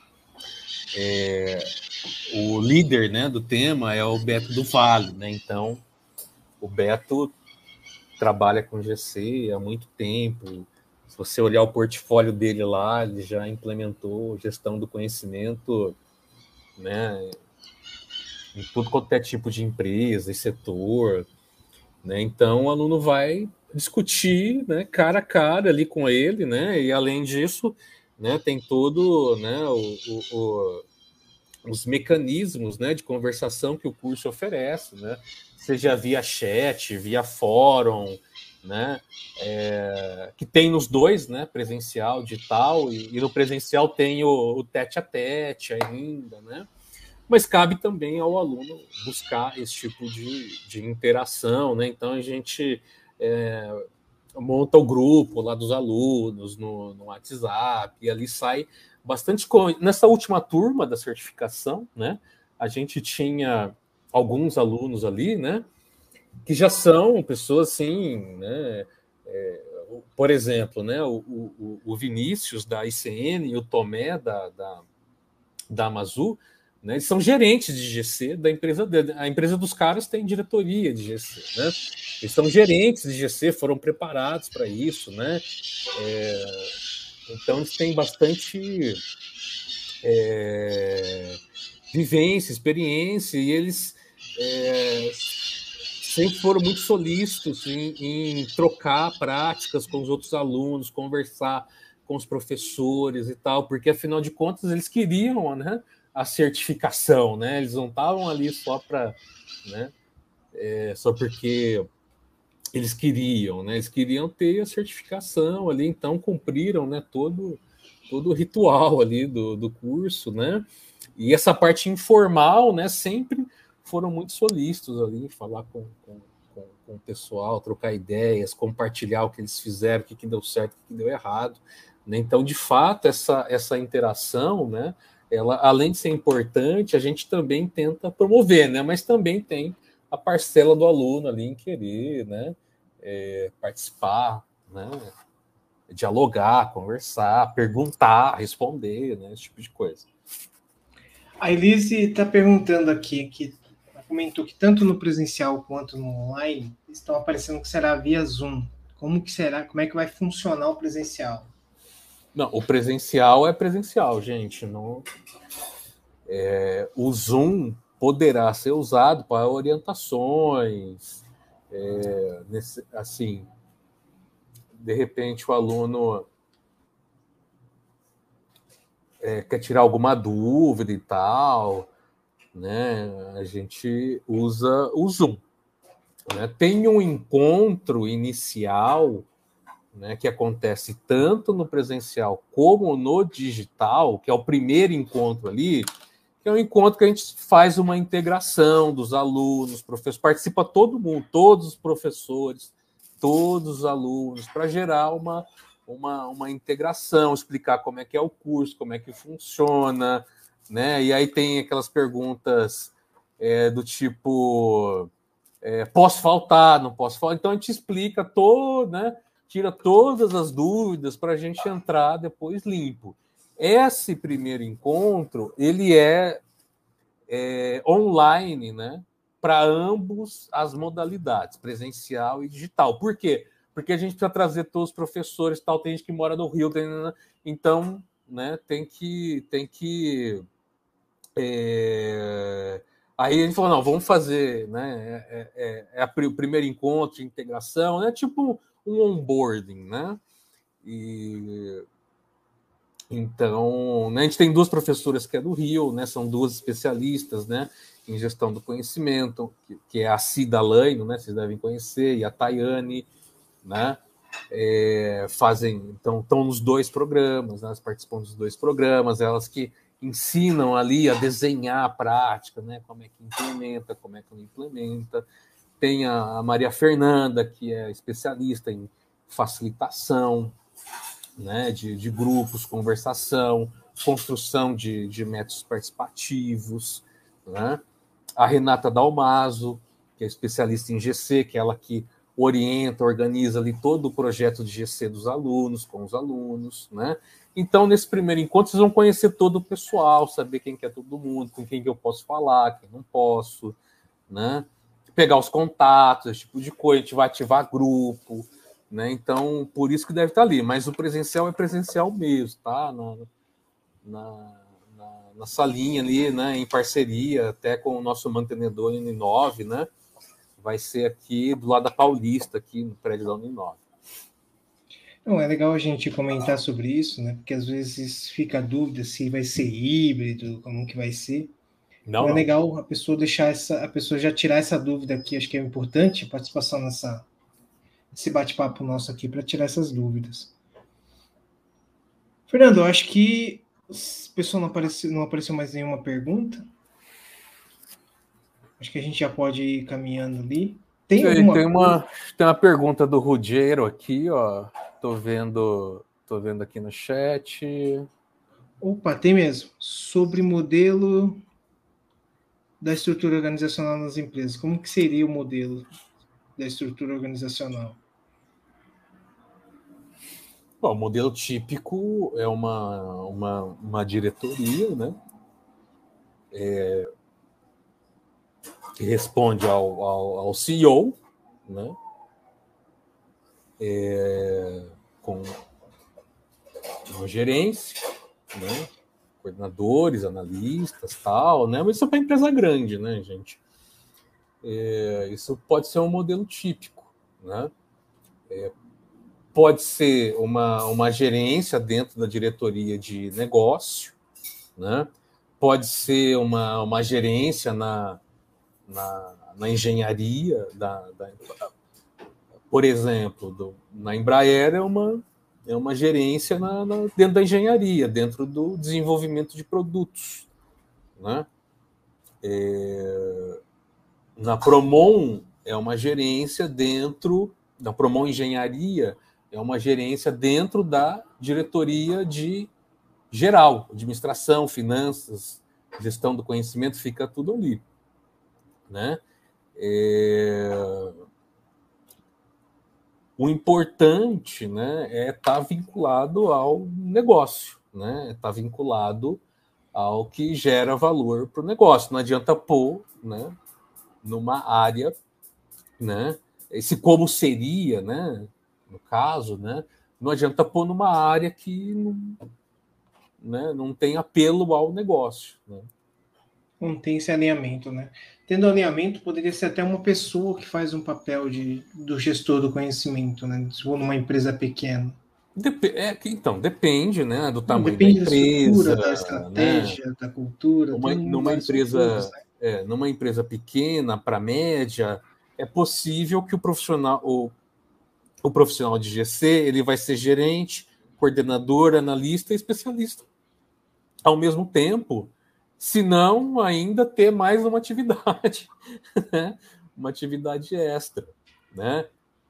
é, o líder, né, do tema é o Beto do Vale, né? Então, o Beto trabalha com G C há muito tempo. Se você olhar o portfólio dele lá, ele já implementou gestão do conhecimento, né, em tudo quanto é tipo de empresa e setor, né? Então, o aluno vai discutir, né, cara a cara ali com ele, né? E além disso, né, tem todo, né, o, o, o os mecanismos, né, de conversação que o curso oferece, né? Seja via chat, via fórum, né? É, que tem nos dois, né? Presencial, digital, e, e no presencial tem o, o tete a tete ainda, né? Mas cabe também ao aluno buscar esse tipo de, de interação, né? Então a gente é, monta o grupo lá dos alunos no, no WhatsApp, e ali sai bastante coisa. Nessa última turma da certificação, né? A gente tinha alguns alunos ali, né? Que já são pessoas assim, né? É, por exemplo, né? O, o, o Vinícius da I C N e o Tomé da, da, da Amazu, né? Eles são gerentes de G C da empresa dele. A empresa dos caras tem diretoria de G C, né? Eles são gerentes de G C, foram preparados para isso, né? É, então eles têm bastante é, vivência, experiência, e eles é, sempre foram muito solícitos em, em trocar práticas com os outros alunos, conversar com os professores e tal, porque afinal de contas eles queriam, né, a certificação, né? Eles não estavam ali só para, né, é, só porque eles queriam, né? Eles queriam ter a certificação ali, então cumpriram, né, todo todo o ritual ali do, do curso, né? E essa parte informal, né, sempre foram muito solícitos ali, falar com, com, com, com o pessoal, trocar ideias, compartilhar o que eles fizeram, o que, que deu certo, o que, que deu errado, né? Então, de fato, essa, essa interação, né, ela, além de ser importante, a gente também tenta promover, né? Mas também tem a parcela do aluno ali em querer, né, é, participar, né? Dialogar, conversar, perguntar, responder, né? Esse tipo de coisa. A Elise está perguntando aqui, que comentou que tanto no presencial quanto no online estão aparecendo que será via Zoom. Como que será? Como é que vai funcionar o presencial? Não, o presencial é presencial, gente. Não, é, o Zoom poderá ser usado para orientações, é, nesse, assim, de repente o aluno é, quer tirar alguma dúvida e tal, né? A gente usa o Zoom. Né? Tem um encontro inicial, né, que acontece tanto no presencial como no digital, que é o primeiro encontro ali, que é um encontro que a gente faz uma integração dos alunos, professores, participa todo mundo, todos os professores, todos os alunos, para gerar uma, uma, uma integração, explicar como é que é o curso, como é que funciona, né? E aí tem aquelas perguntas é, do tipo é, posso faltar, não posso faltar, então a gente explica todo, né? Tira todas as dúvidas para a gente entrar depois limpo. Esse primeiro encontro, ele é, é online, né? Para ambos as modalidades, presencial e digital. Por quê? Porque a gente precisa trazer todos os professores, tal, tem gente que mora no Rio, tem, então, né, tem que, tem que é... Aí a gente falou, não, vamos fazer, né? É, é, é a, o primeiro encontro de integração, é né? Tipo um onboarding, né? E então, né, a gente tem duas professoras que é do Rio, né? São duas especialistas, né? Em gestão do conhecimento, que, que é a Cida Laino, né? Vocês devem conhecer, e a Tayane, né? É, fazem, então, estão nos dois programas, né? Elas participam dos dois programas, elas que ensinam ali a desenhar a prática, né? Como é que implementa, como é que não implementa. Tem a Maria Fernanda, que é especialista em facilitação, né? de, de grupos, conversação, construção de, de métodos participativos, né? A Renata Dalmaso, que é especialista em G C, que é ela que orienta, organiza ali todo o projeto de G C dos alunos, com os alunos, né? Então, nesse primeiro encontro, vocês vão conhecer todo o pessoal, saber quem que é todo mundo, com quem que eu posso falar, quem não posso, né? Pegar os contatos, esse tipo de coisa, a gente vai ativar grupo, né? Então, por isso que deve estar ali. Mas o presencial é presencial mesmo, tá? Na, na, na, na salinha ali, né? Em parceria até com o nosso mantenedor N nove, né? Vai ser aqui do lado da Paulista, aqui no prédio da Uninove. Não, é legal a gente comentar sobre isso, né? Porque às vezes fica a dúvida se vai ser híbrido, como que vai ser. Não, então é não. legal a pessoa deixar essa, a pessoa já tirar essa dúvida aqui, acho que é importante a participação nessa, esse bate-papo nosso aqui para tirar essas dúvidas. Fernando, eu acho que o pessoal não apareceu, não apareceu mais nenhuma pergunta. Acho que a gente já pode ir caminhando ali. Tem Sei, alguma tem uma, coisa? tem uma pergunta do Ruggiero aqui, ó. Tô vendo, tô vendo aqui no chat. Opa, tem mesmo. Sobre modelo da estrutura organizacional nas empresas. Como que seria o modelo da estrutura organizacional? Bom, o modelo típico é uma, uma, uma diretoria, né? É, que responde ao, ao, ao C E O, né? É, com uma gerência, né? Coordenadores, analistas, tal, né? Mas isso é para empresa grande, né, gente? É, isso pode ser um modelo típico, né? É, pode ser uma, uma gerência dentro da diretoria de negócio, né? Pode ser uma, uma gerência na, na, na engenharia, da, da, por exemplo, do, na Embraer é uma, é uma gerência na, na, dentro da engenharia, dentro do desenvolvimento de produtos, né? É, na Promon é uma gerência dentro da Promon Engenharia, é uma gerência dentro da diretoria de geral, administração, finanças, gestão do conhecimento, fica tudo ali, né? É... O importante, né, é estar vinculado ao negócio, né? Estar vinculado ao que gera valor para o negócio. Não adianta pôr, né, numa área, né? Esse como seria, né? No caso, né? Não adianta pôr numa área que não, né, não tem apelo ao negócio, né? Não tem esse alinhamento, né? Tendo alinhamento, poderia ser até uma pessoa que faz um papel de, do gestor do conhecimento, né? Se for numa empresa pequena. Dep é, então, depende, né, do Não, tamanho da depende da estrutura, empresa, da né? estratégia, da cultura, Uma, tem numa vários fatores, empresa, né? é, numa empresa pequena para média, é possível que o profissional, o, o profissional de G C, ele vai ser gerente, coordenador, analista e especialista ao mesmo tempo, se não ainda ter mais uma atividade, né? Uma atividade extra, né?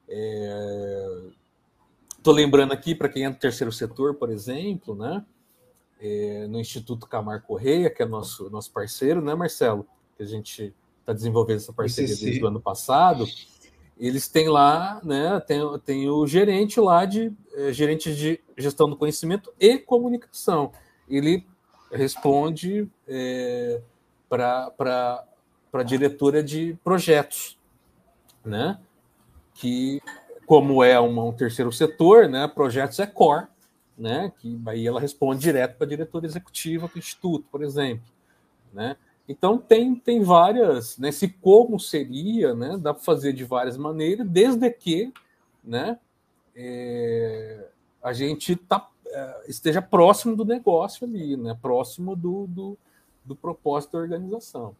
Estou é... lembrando aqui, para quem é do terceiro setor, por exemplo, né? É, no Instituto Camar Correia, que é nosso, nosso parceiro, né, Marcelo? Que a gente está desenvolvendo essa parceria desde o ano passado. Eles têm lá, né? Tem, tem o gerente lá de é, gerente de gestão do conhecimento e comunicação. Ele responde é, para a diretora de projetos, né? Que, como é uma, um terceiro setor, né? Projetos é core, né? Que aí ela responde direto para a diretora executiva do Instituto, por exemplo, né? Então tem, tem várias, né? Se como seria, né? Dá para fazer de várias maneiras, desde que, né? É, a gente tá, é, esteja próximo do negócio ali, né? Próximo do, do, do propósito da organização.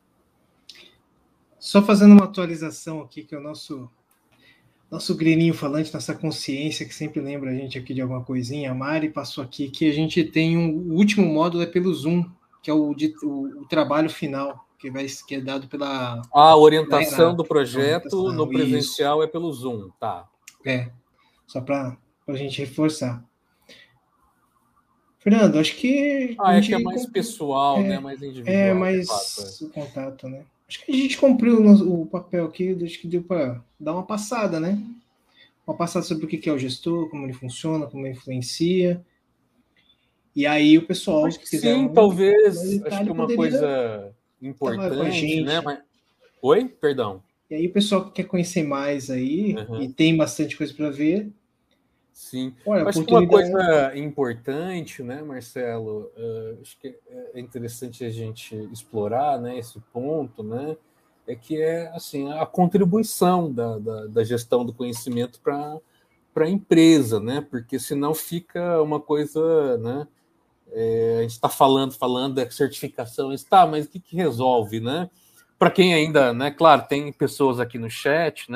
Só fazendo uma atualização aqui, que é o nosso nosso grilinho falante, nossa consciência, que sempre lembra a gente aqui de alguma coisinha. A Mari passou aqui que a gente tem um, o último módulo é pelo Zoom, que é o, de, o, o trabalho final, que, vai, que é dado pela... A orientação do Renata, projeto orientação, no presencial isso. é pelo Zoom, tá? É, só para a gente reforçar. Fernando, acho que a Ah, é que é gente... mais pessoal, né? É, Mais é individual, de fato. É. mais o contato, né? Acho que a gente cumpriu o, o papel aqui, acho que deu para dar uma passada, né? Uma passada sobre o que é o gestor, como ele funciona, como ele influencia. E aí o pessoal Acho que que quiser sim, um mais talvez. Acho que detalhe uma poderia coisa estar com a importante, né? gente. Mas... Oi? Perdão. E aí o pessoal que quer conhecer mais aí, e Uhum. tem bastante coisa para ver, Sim. olha, Acho que uma oportunidade. coisa importante, né, Marcelo? Uh, acho que é interessante a gente explorar, né, esse ponto, né? É que é assim a contribuição da, da, da gestão do conhecimento para para a empresa, né? Porque senão fica uma coisa, né? É, a gente está falando, falando da certificação, está, mas o que, que resolve, né? Para quem ainda, né? Claro, tem pessoas aqui no chat, né?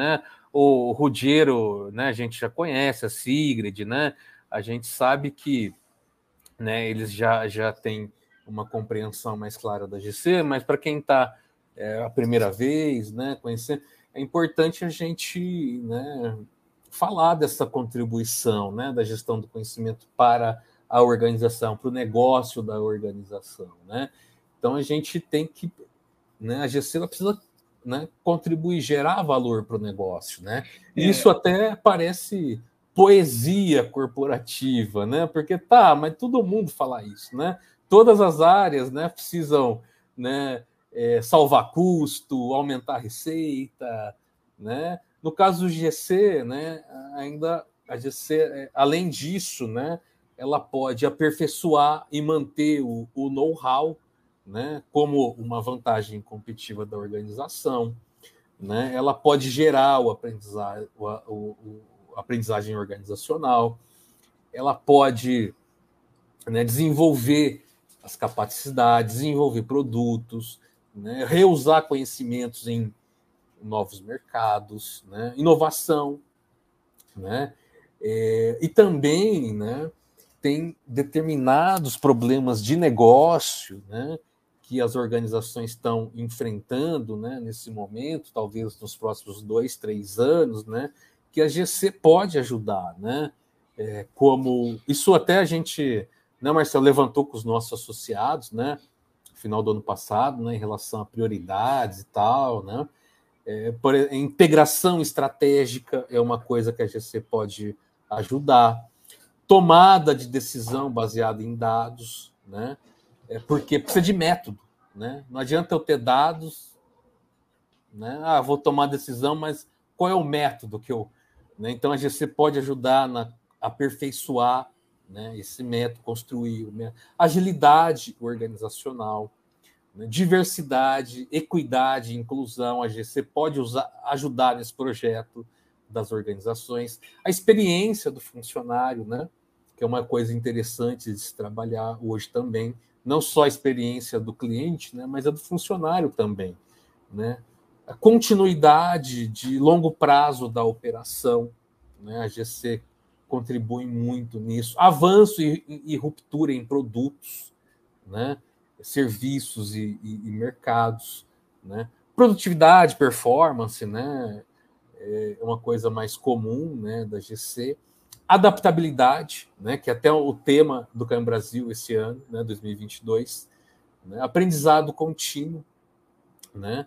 O Ruggiero, né, a gente já conhece, a Sigrid, né? A gente sabe que, né, eles já, já têm uma compreensão mais clara da G C, mas para quem está é, a primeira vez, né, conhecendo, é importante a gente, né, falar dessa contribuição, né, da gestão do conhecimento para a organização, para o negócio da organização, né? Então a gente tem que, né, a G C ela precisa, né, contribuir, gerar valor para o negócio, né? E É, isso até parece poesia corporativa, né? Porque tá, mas todo mundo fala isso, né? Todas as áreas, né, precisam, né, é, salvar custo, aumentar a receita, né? No caso do G C, né, ainda a G C, além disso, né, ela pode aperfeiçoar e manter o, o know-how, né, como uma vantagem competitiva da organização, né? Ela pode gerar o aprendizagem, o, o, o aprendizagem organizacional, ela pode, né, desenvolver as capacidades, desenvolver produtos, né, reusar conhecimentos em novos mercados, né, inovação, né, é, e também, né, tem determinados problemas de negócio, né, que as organizações estão enfrentando, né, nesse momento, talvez nos próximos dois, três anos, né, que a G C pode ajudar, né, é, como isso até a gente, né, Marcelo, levantou com os nossos associados, né, no final do ano passado, né, em relação a prioridades e tal, né, é, por, integração estratégica é uma coisa que a G C pode ajudar, tomada de decisão baseada em dados, né? É porque precisa de método, né? Não adianta eu ter dados, né? Ah, vou tomar decisão, mas qual é o método que eu, né? Então a G C pode ajudar na aperfeiçoar, né, esse método, construir o método. Agilidade organizacional, né? Diversidade, equidade, inclusão. A G C pode usar, ajudar nesse projeto das organizações. A experiência do funcionário, né? Que é uma coisa interessante de se trabalhar hoje também, não só a experiência do cliente, né, mas a do funcionário também, né? A continuidade de longo prazo da operação, né? A G C contribui muito nisso. Avanço e, e ruptura em produtos, né? Serviços e, e, e mercados, né? Produtividade, performance, né? É uma coisa mais comum, né, da G C. Adaptabilidade, né, que é até o tema do Cam Brasil esse ano, né, dois mil e vinte e dois, né, aprendizado contínuo, né,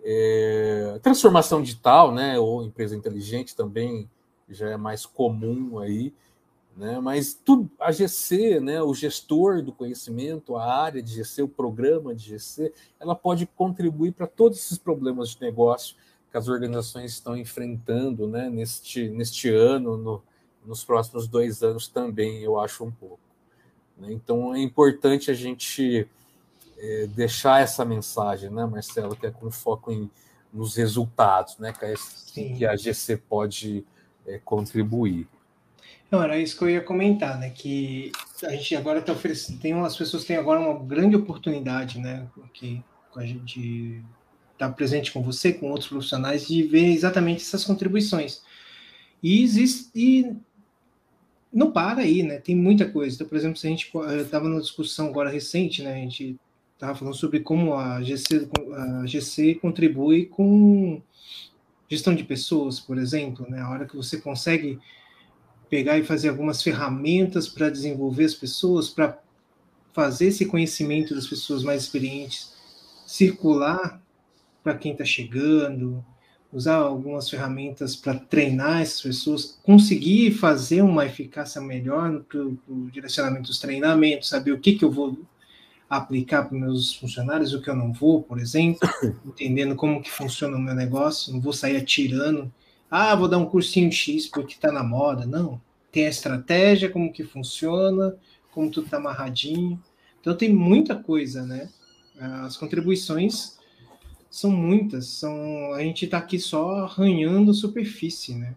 é, transformação digital, né, ou empresa inteligente também já é mais comum aí, né, mas tudo, a G C, né, o gestor do conhecimento, a área de G C, o programa de G C, ela pode contribuir para todos esses problemas de negócio que as organizações estão enfrentando, né, neste, neste ano, no, nos próximos dois anos também, eu acho um pouco. Né? Então, é importante a gente é, deixar essa mensagem, né, Marcelo, que é com foco em, nos resultados, né, que, que a G C pode é, contribuir. Não, era isso que eu ia comentar, né? Que a gente agora está oferecendo, tem as pessoas têm agora uma grande oportunidade, né? Que a gente está presente com você, com outros profissionais, de ver exatamente essas contribuições. E existe, e não para aí, né? Tem muita coisa. Então, por exemplo, se a gente estava numa discussão agora recente, né? A gente estava falando sobre como a G C, a G C contribui com gestão de pessoas, por exemplo, né? A hora que você consegue pegar e fazer algumas ferramentas para desenvolver as pessoas, para fazer esse conhecimento das pessoas mais experientes circular para quem está chegando, usar algumas ferramentas para treinar essas pessoas, conseguir fazer uma eficácia melhor no, no direcionamento dos treinamentos, saber o que, que eu vou aplicar para os meus funcionários, o que eu não vou, por exemplo, entendendo como que funciona o meu negócio, não vou sair atirando, ah, vou dar um cursinho X porque está na moda, não. Tem a estratégia, como que funciona, como tudo está amarradinho. Então tem muita coisa, né? As contribuições são muitas, são, a gente está aqui só arranhando superfície, né?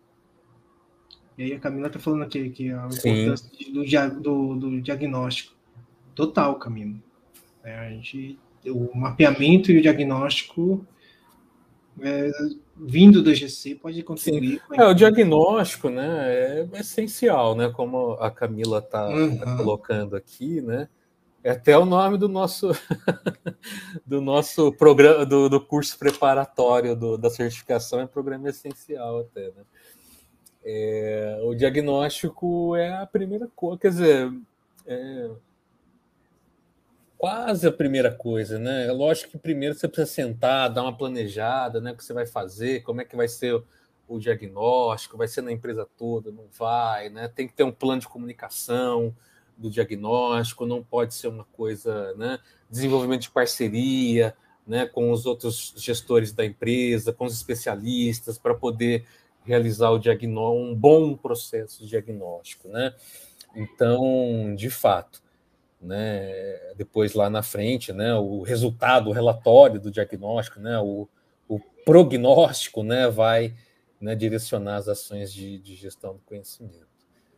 E aí a Camila está falando aqui que a importância do, do, do diagnóstico. Total, Camila. É, a gente, o mapeamento e o diagnóstico é, vindo do G C pode contribuir. Sim. É, o diagnóstico, né, é essencial, né, como a Camila está uhum. tá colocando aqui, né, é até o nome do nosso do nosso programa, do, do curso preparatório do, da certificação, é programa essencial até, né. É, o diagnóstico é a primeira coisa, quer dizer, é quase a primeira coisa, né? Lógico que primeiro você precisa sentar, dar uma planejada, né? O que você vai fazer, como é que vai ser o, o diagnóstico, vai ser na empresa toda, não vai, né? Tem que ter um plano de comunicação do diagnóstico, não pode ser uma coisa, né? Desenvolvimento de parceria, né? Com os outros gestores da empresa, com os especialistas, para poder realizar o diagnóstico, um bom processo de diagnóstico, né? Então, de fato, né, depois lá na frente, né, o resultado, o relatório do diagnóstico, né, o, o prognóstico, né, vai, né, direcionar as ações de, de gestão do conhecimento.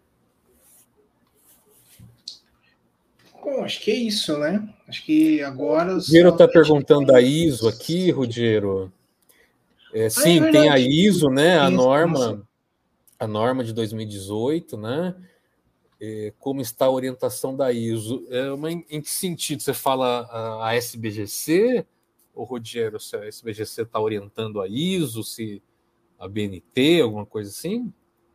Bom, acho que é isso, né? Acho que agora... O Ruggiero está perguntando da I S O aqui, Ruggiero. É, sim, ah, é tem a I S O, né, a norma, a norma de dois mil e dezoito, né? Como está a orientação da I S O? É uma, em que sentido? Você fala a, a S B G C, ou Rogério, se a S B G C está orientando a I S O, se a B N T, alguma coisa assim?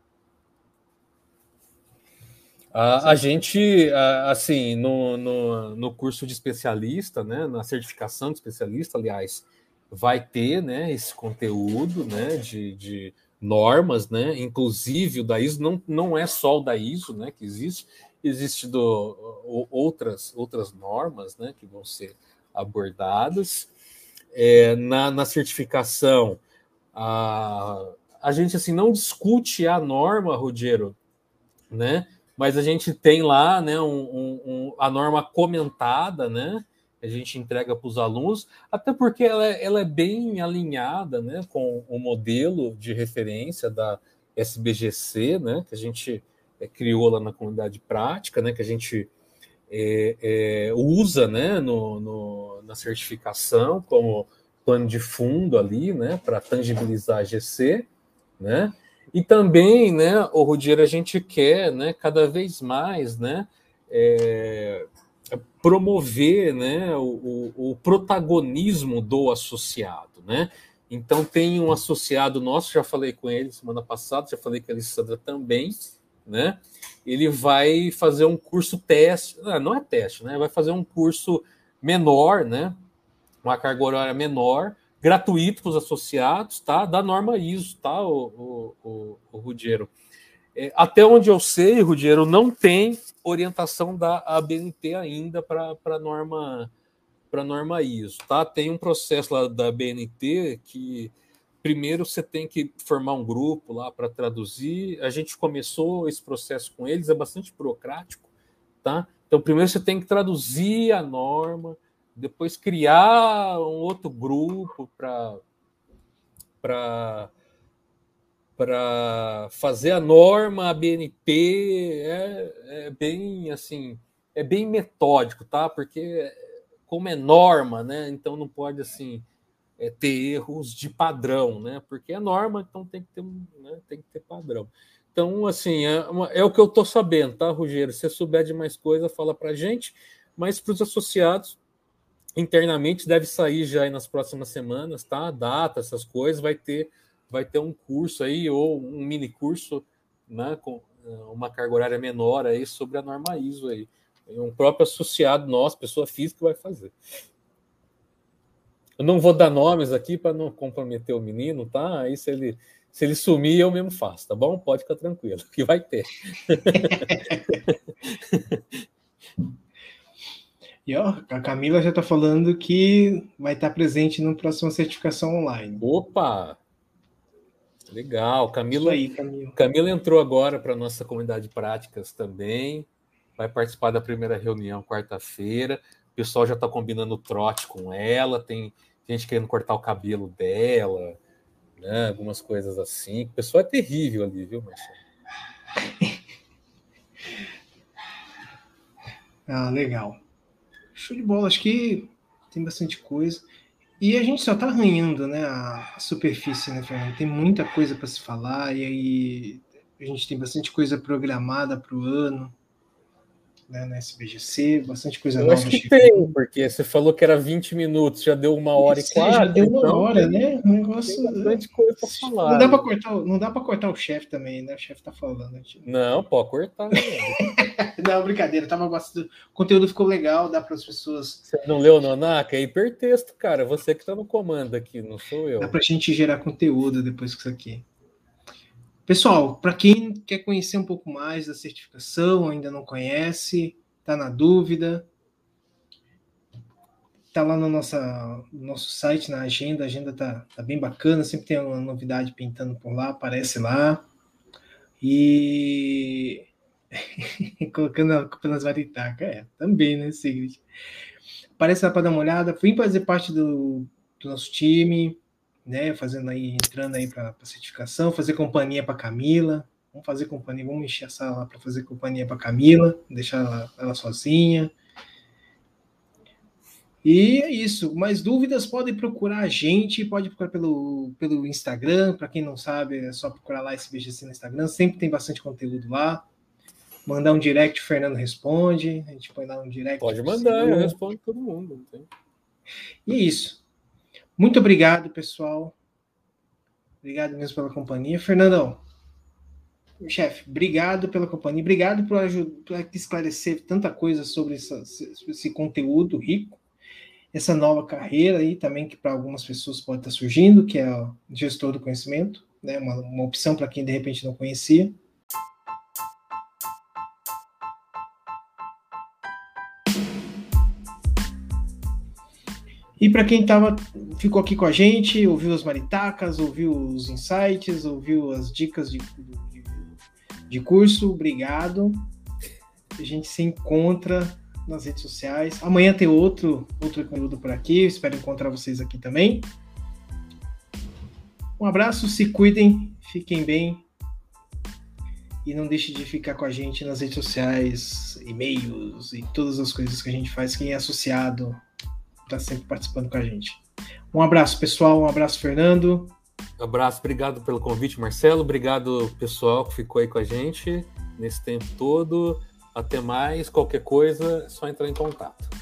A, a gente, a, assim, no, no, no curso de especialista, né, na certificação de especialista, aliás, vai ter, né, esse conteúdo, né, de, de normas, né, inclusive o da I S O, não, não é só o da I S O, né, que existe, existe do, outras, outras normas, né, que vão ser abordadas. É, na, na certificação, a, a gente, assim, não discute a norma, Rogério, né, mas a gente tem lá, né, um, um, um, a norma comentada, né, a gente entrega para os alunos, até porque ela é, ela é bem alinhada, né, com o modelo de referência da S B G C, né, que a gente é, criou lá na comunidade prática, né, que a gente é, é, usa, né, no, no, na certificação como plano de fundo ali, né, para tangibilizar a G C, né. E também, né, o Ruggiero, a gente quer, né, cada vez mais, né, é, promover, né, o, o, o protagonismo do associado, né. Então tem um associado nosso, já falei com ele semana passada, já falei com a Alessandra também, né. Ele vai fazer um curso teste, não é teste, né, vai fazer um curso menor, né, uma carga horária menor, gratuito para os associados, tá? Da norma I S O, tá, o, o, o, o Ruggiero. É, até onde eu sei, Ruggiero, não tem orientação da A B N T ainda para a norma, para norma I S O, tá? Tem um processo lá da A B N T que primeiro você tem que formar um grupo lá para traduzir. A gente começou esse processo com eles, é bastante burocrático, tá? Então primeiro você tem que traduzir a norma, depois criar um outro grupo para para para fazer a norma, a B N T, é, é bem assim, é bem metódico, tá? Porque como é norma, né? Então não pode assim é, ter erros de padrão, né? Porque é norma, então tem que ter, né? Tem que ter padrão. Então, assim, é, uma, é o que eu estou sabendo, tá, Rogério? Se você souber de mais coisa, fala para a gente. Mas para os associados, internamente deve sair já aí nas próximas semanas, tá? Data, essas coisas, vai ter, vai ter um curso aí, ou um mini curso, né? Com uma carga horária menor aí sobre a norma I S O aí. Um próprio associado nosso, pessoa física, vai fazer. Eu não vou dar nomes aqui para não comprometer o menino, tá? Aí se ele, se ele sumir, eu mesmo faço, tá bom? Pode ficar tranquilo, que vai ter. E ó, a Camila já está falando que vai estar presente na próxima certificação online. Opa! Legal. Camila, aí, Camila. Camila entrou agora para a nossa comunidade de práticas também. Vai participar da primeira reunião quarta-feira. O pessoal já está combinando o trote com ela. Tem gente querendo cortar o cabelo dela, né? Algumas coisas assim. O pessoal é terrível ali, viu, Marcelo? Ah, legal. Show de bola. Acho que tem bastante coisa. E a gente só está arranhando, né, a superfície, né, Fernando? Tem muita coisa para se falar, e aí a gente tem bastante coisa programada para o ano, né, na S B G C, bastante coisa Eu nova. acho que tem, porque você falou que era vinte minutos, já deu uma hora e quatro. Já deu uma então hora, tem, né? Um negócio. Tem bastante coisa para falar. Não dá para cortar, não dá para cortar o chefe também, né? O chefe tá falando. Gente. Não, pode cortar. Né? Não, brincadeira, tava bastante. O conteúdo ficou legal, dá para as pessoas. Você não leu o Nonaka? É hipertexto, cara. Você que tá no comando aqui, não sou eu. Dá pra gente gerar conteúdo depois disso aqui. Pessoal, para quem quer conhecer um pouco mais da certificação, ainda não conhece, tá na dúvida, tá lá no nossa, nosso site, na agenda. A agenda tá, tá bem bacana, sempre tem uma novidade pintando por lá, aparece lá. E colocando a culpa nas varitacas, é, também, né, Sigrid? Aparece lá para dar uma olhada, vem fazer parte do, do nosso time, né, fazendo aí, entrando aí para a certificação, fazer companhia para Camila, vamos fazer companhia, vamos encher a sala para fazer companhia para Camila, deixar ela, ela sozinha. E é isso. Mais dúvidas, podem procurar a gente, pode procurar pelo, pelo Instagram. Para quem não sabe, é só procurar lá S B G C no Instagram. Sempre tem bastante conteúdo lá. Mandar um direct, o Fernando responde. A gente põe lá um direct. Pode mandar, eu respondo todo mundo. E é isso. Muito obrigado, pessoal. Obrigado mesmo pela companhia. Fernandão, chefe, obrigado pela companhia. Obrigado por, ajudar, por esclarecer tanta coisa sobre essa, esse conteúdo rico. Essa nova carreira aí também, que para algumas pessoas pode estar surgindo, que é o gestor do conhecimento, né? uma, uma opção para quem de repente não conhecia. E para quem tava, ficou aqui com a gente, ouviu as maritacas, ouviu os insights, ouviu as dicas de, de, de curso, obrigado. A gente se encontra nas redes sociais. Amanhã tem outro, outro conteúdo por aqui. Espero encontrar vocês aqui também. Um abraço, se cuidem, fiquem bem. E não deixe de ficar com a gente nas redes sociais, e-mails e todas as coisas que a gente faz. Quem é associado está sempre participando com a gente. Um abraço, pessoal. Um abraço, Fernando. Um abraço. Obrigado pelo convite, Marcelo. Obrigado, pessoal, que ficou aí com a gente nesse tempo todo. Até mais. Qualquer coisa, é só entrar em contato.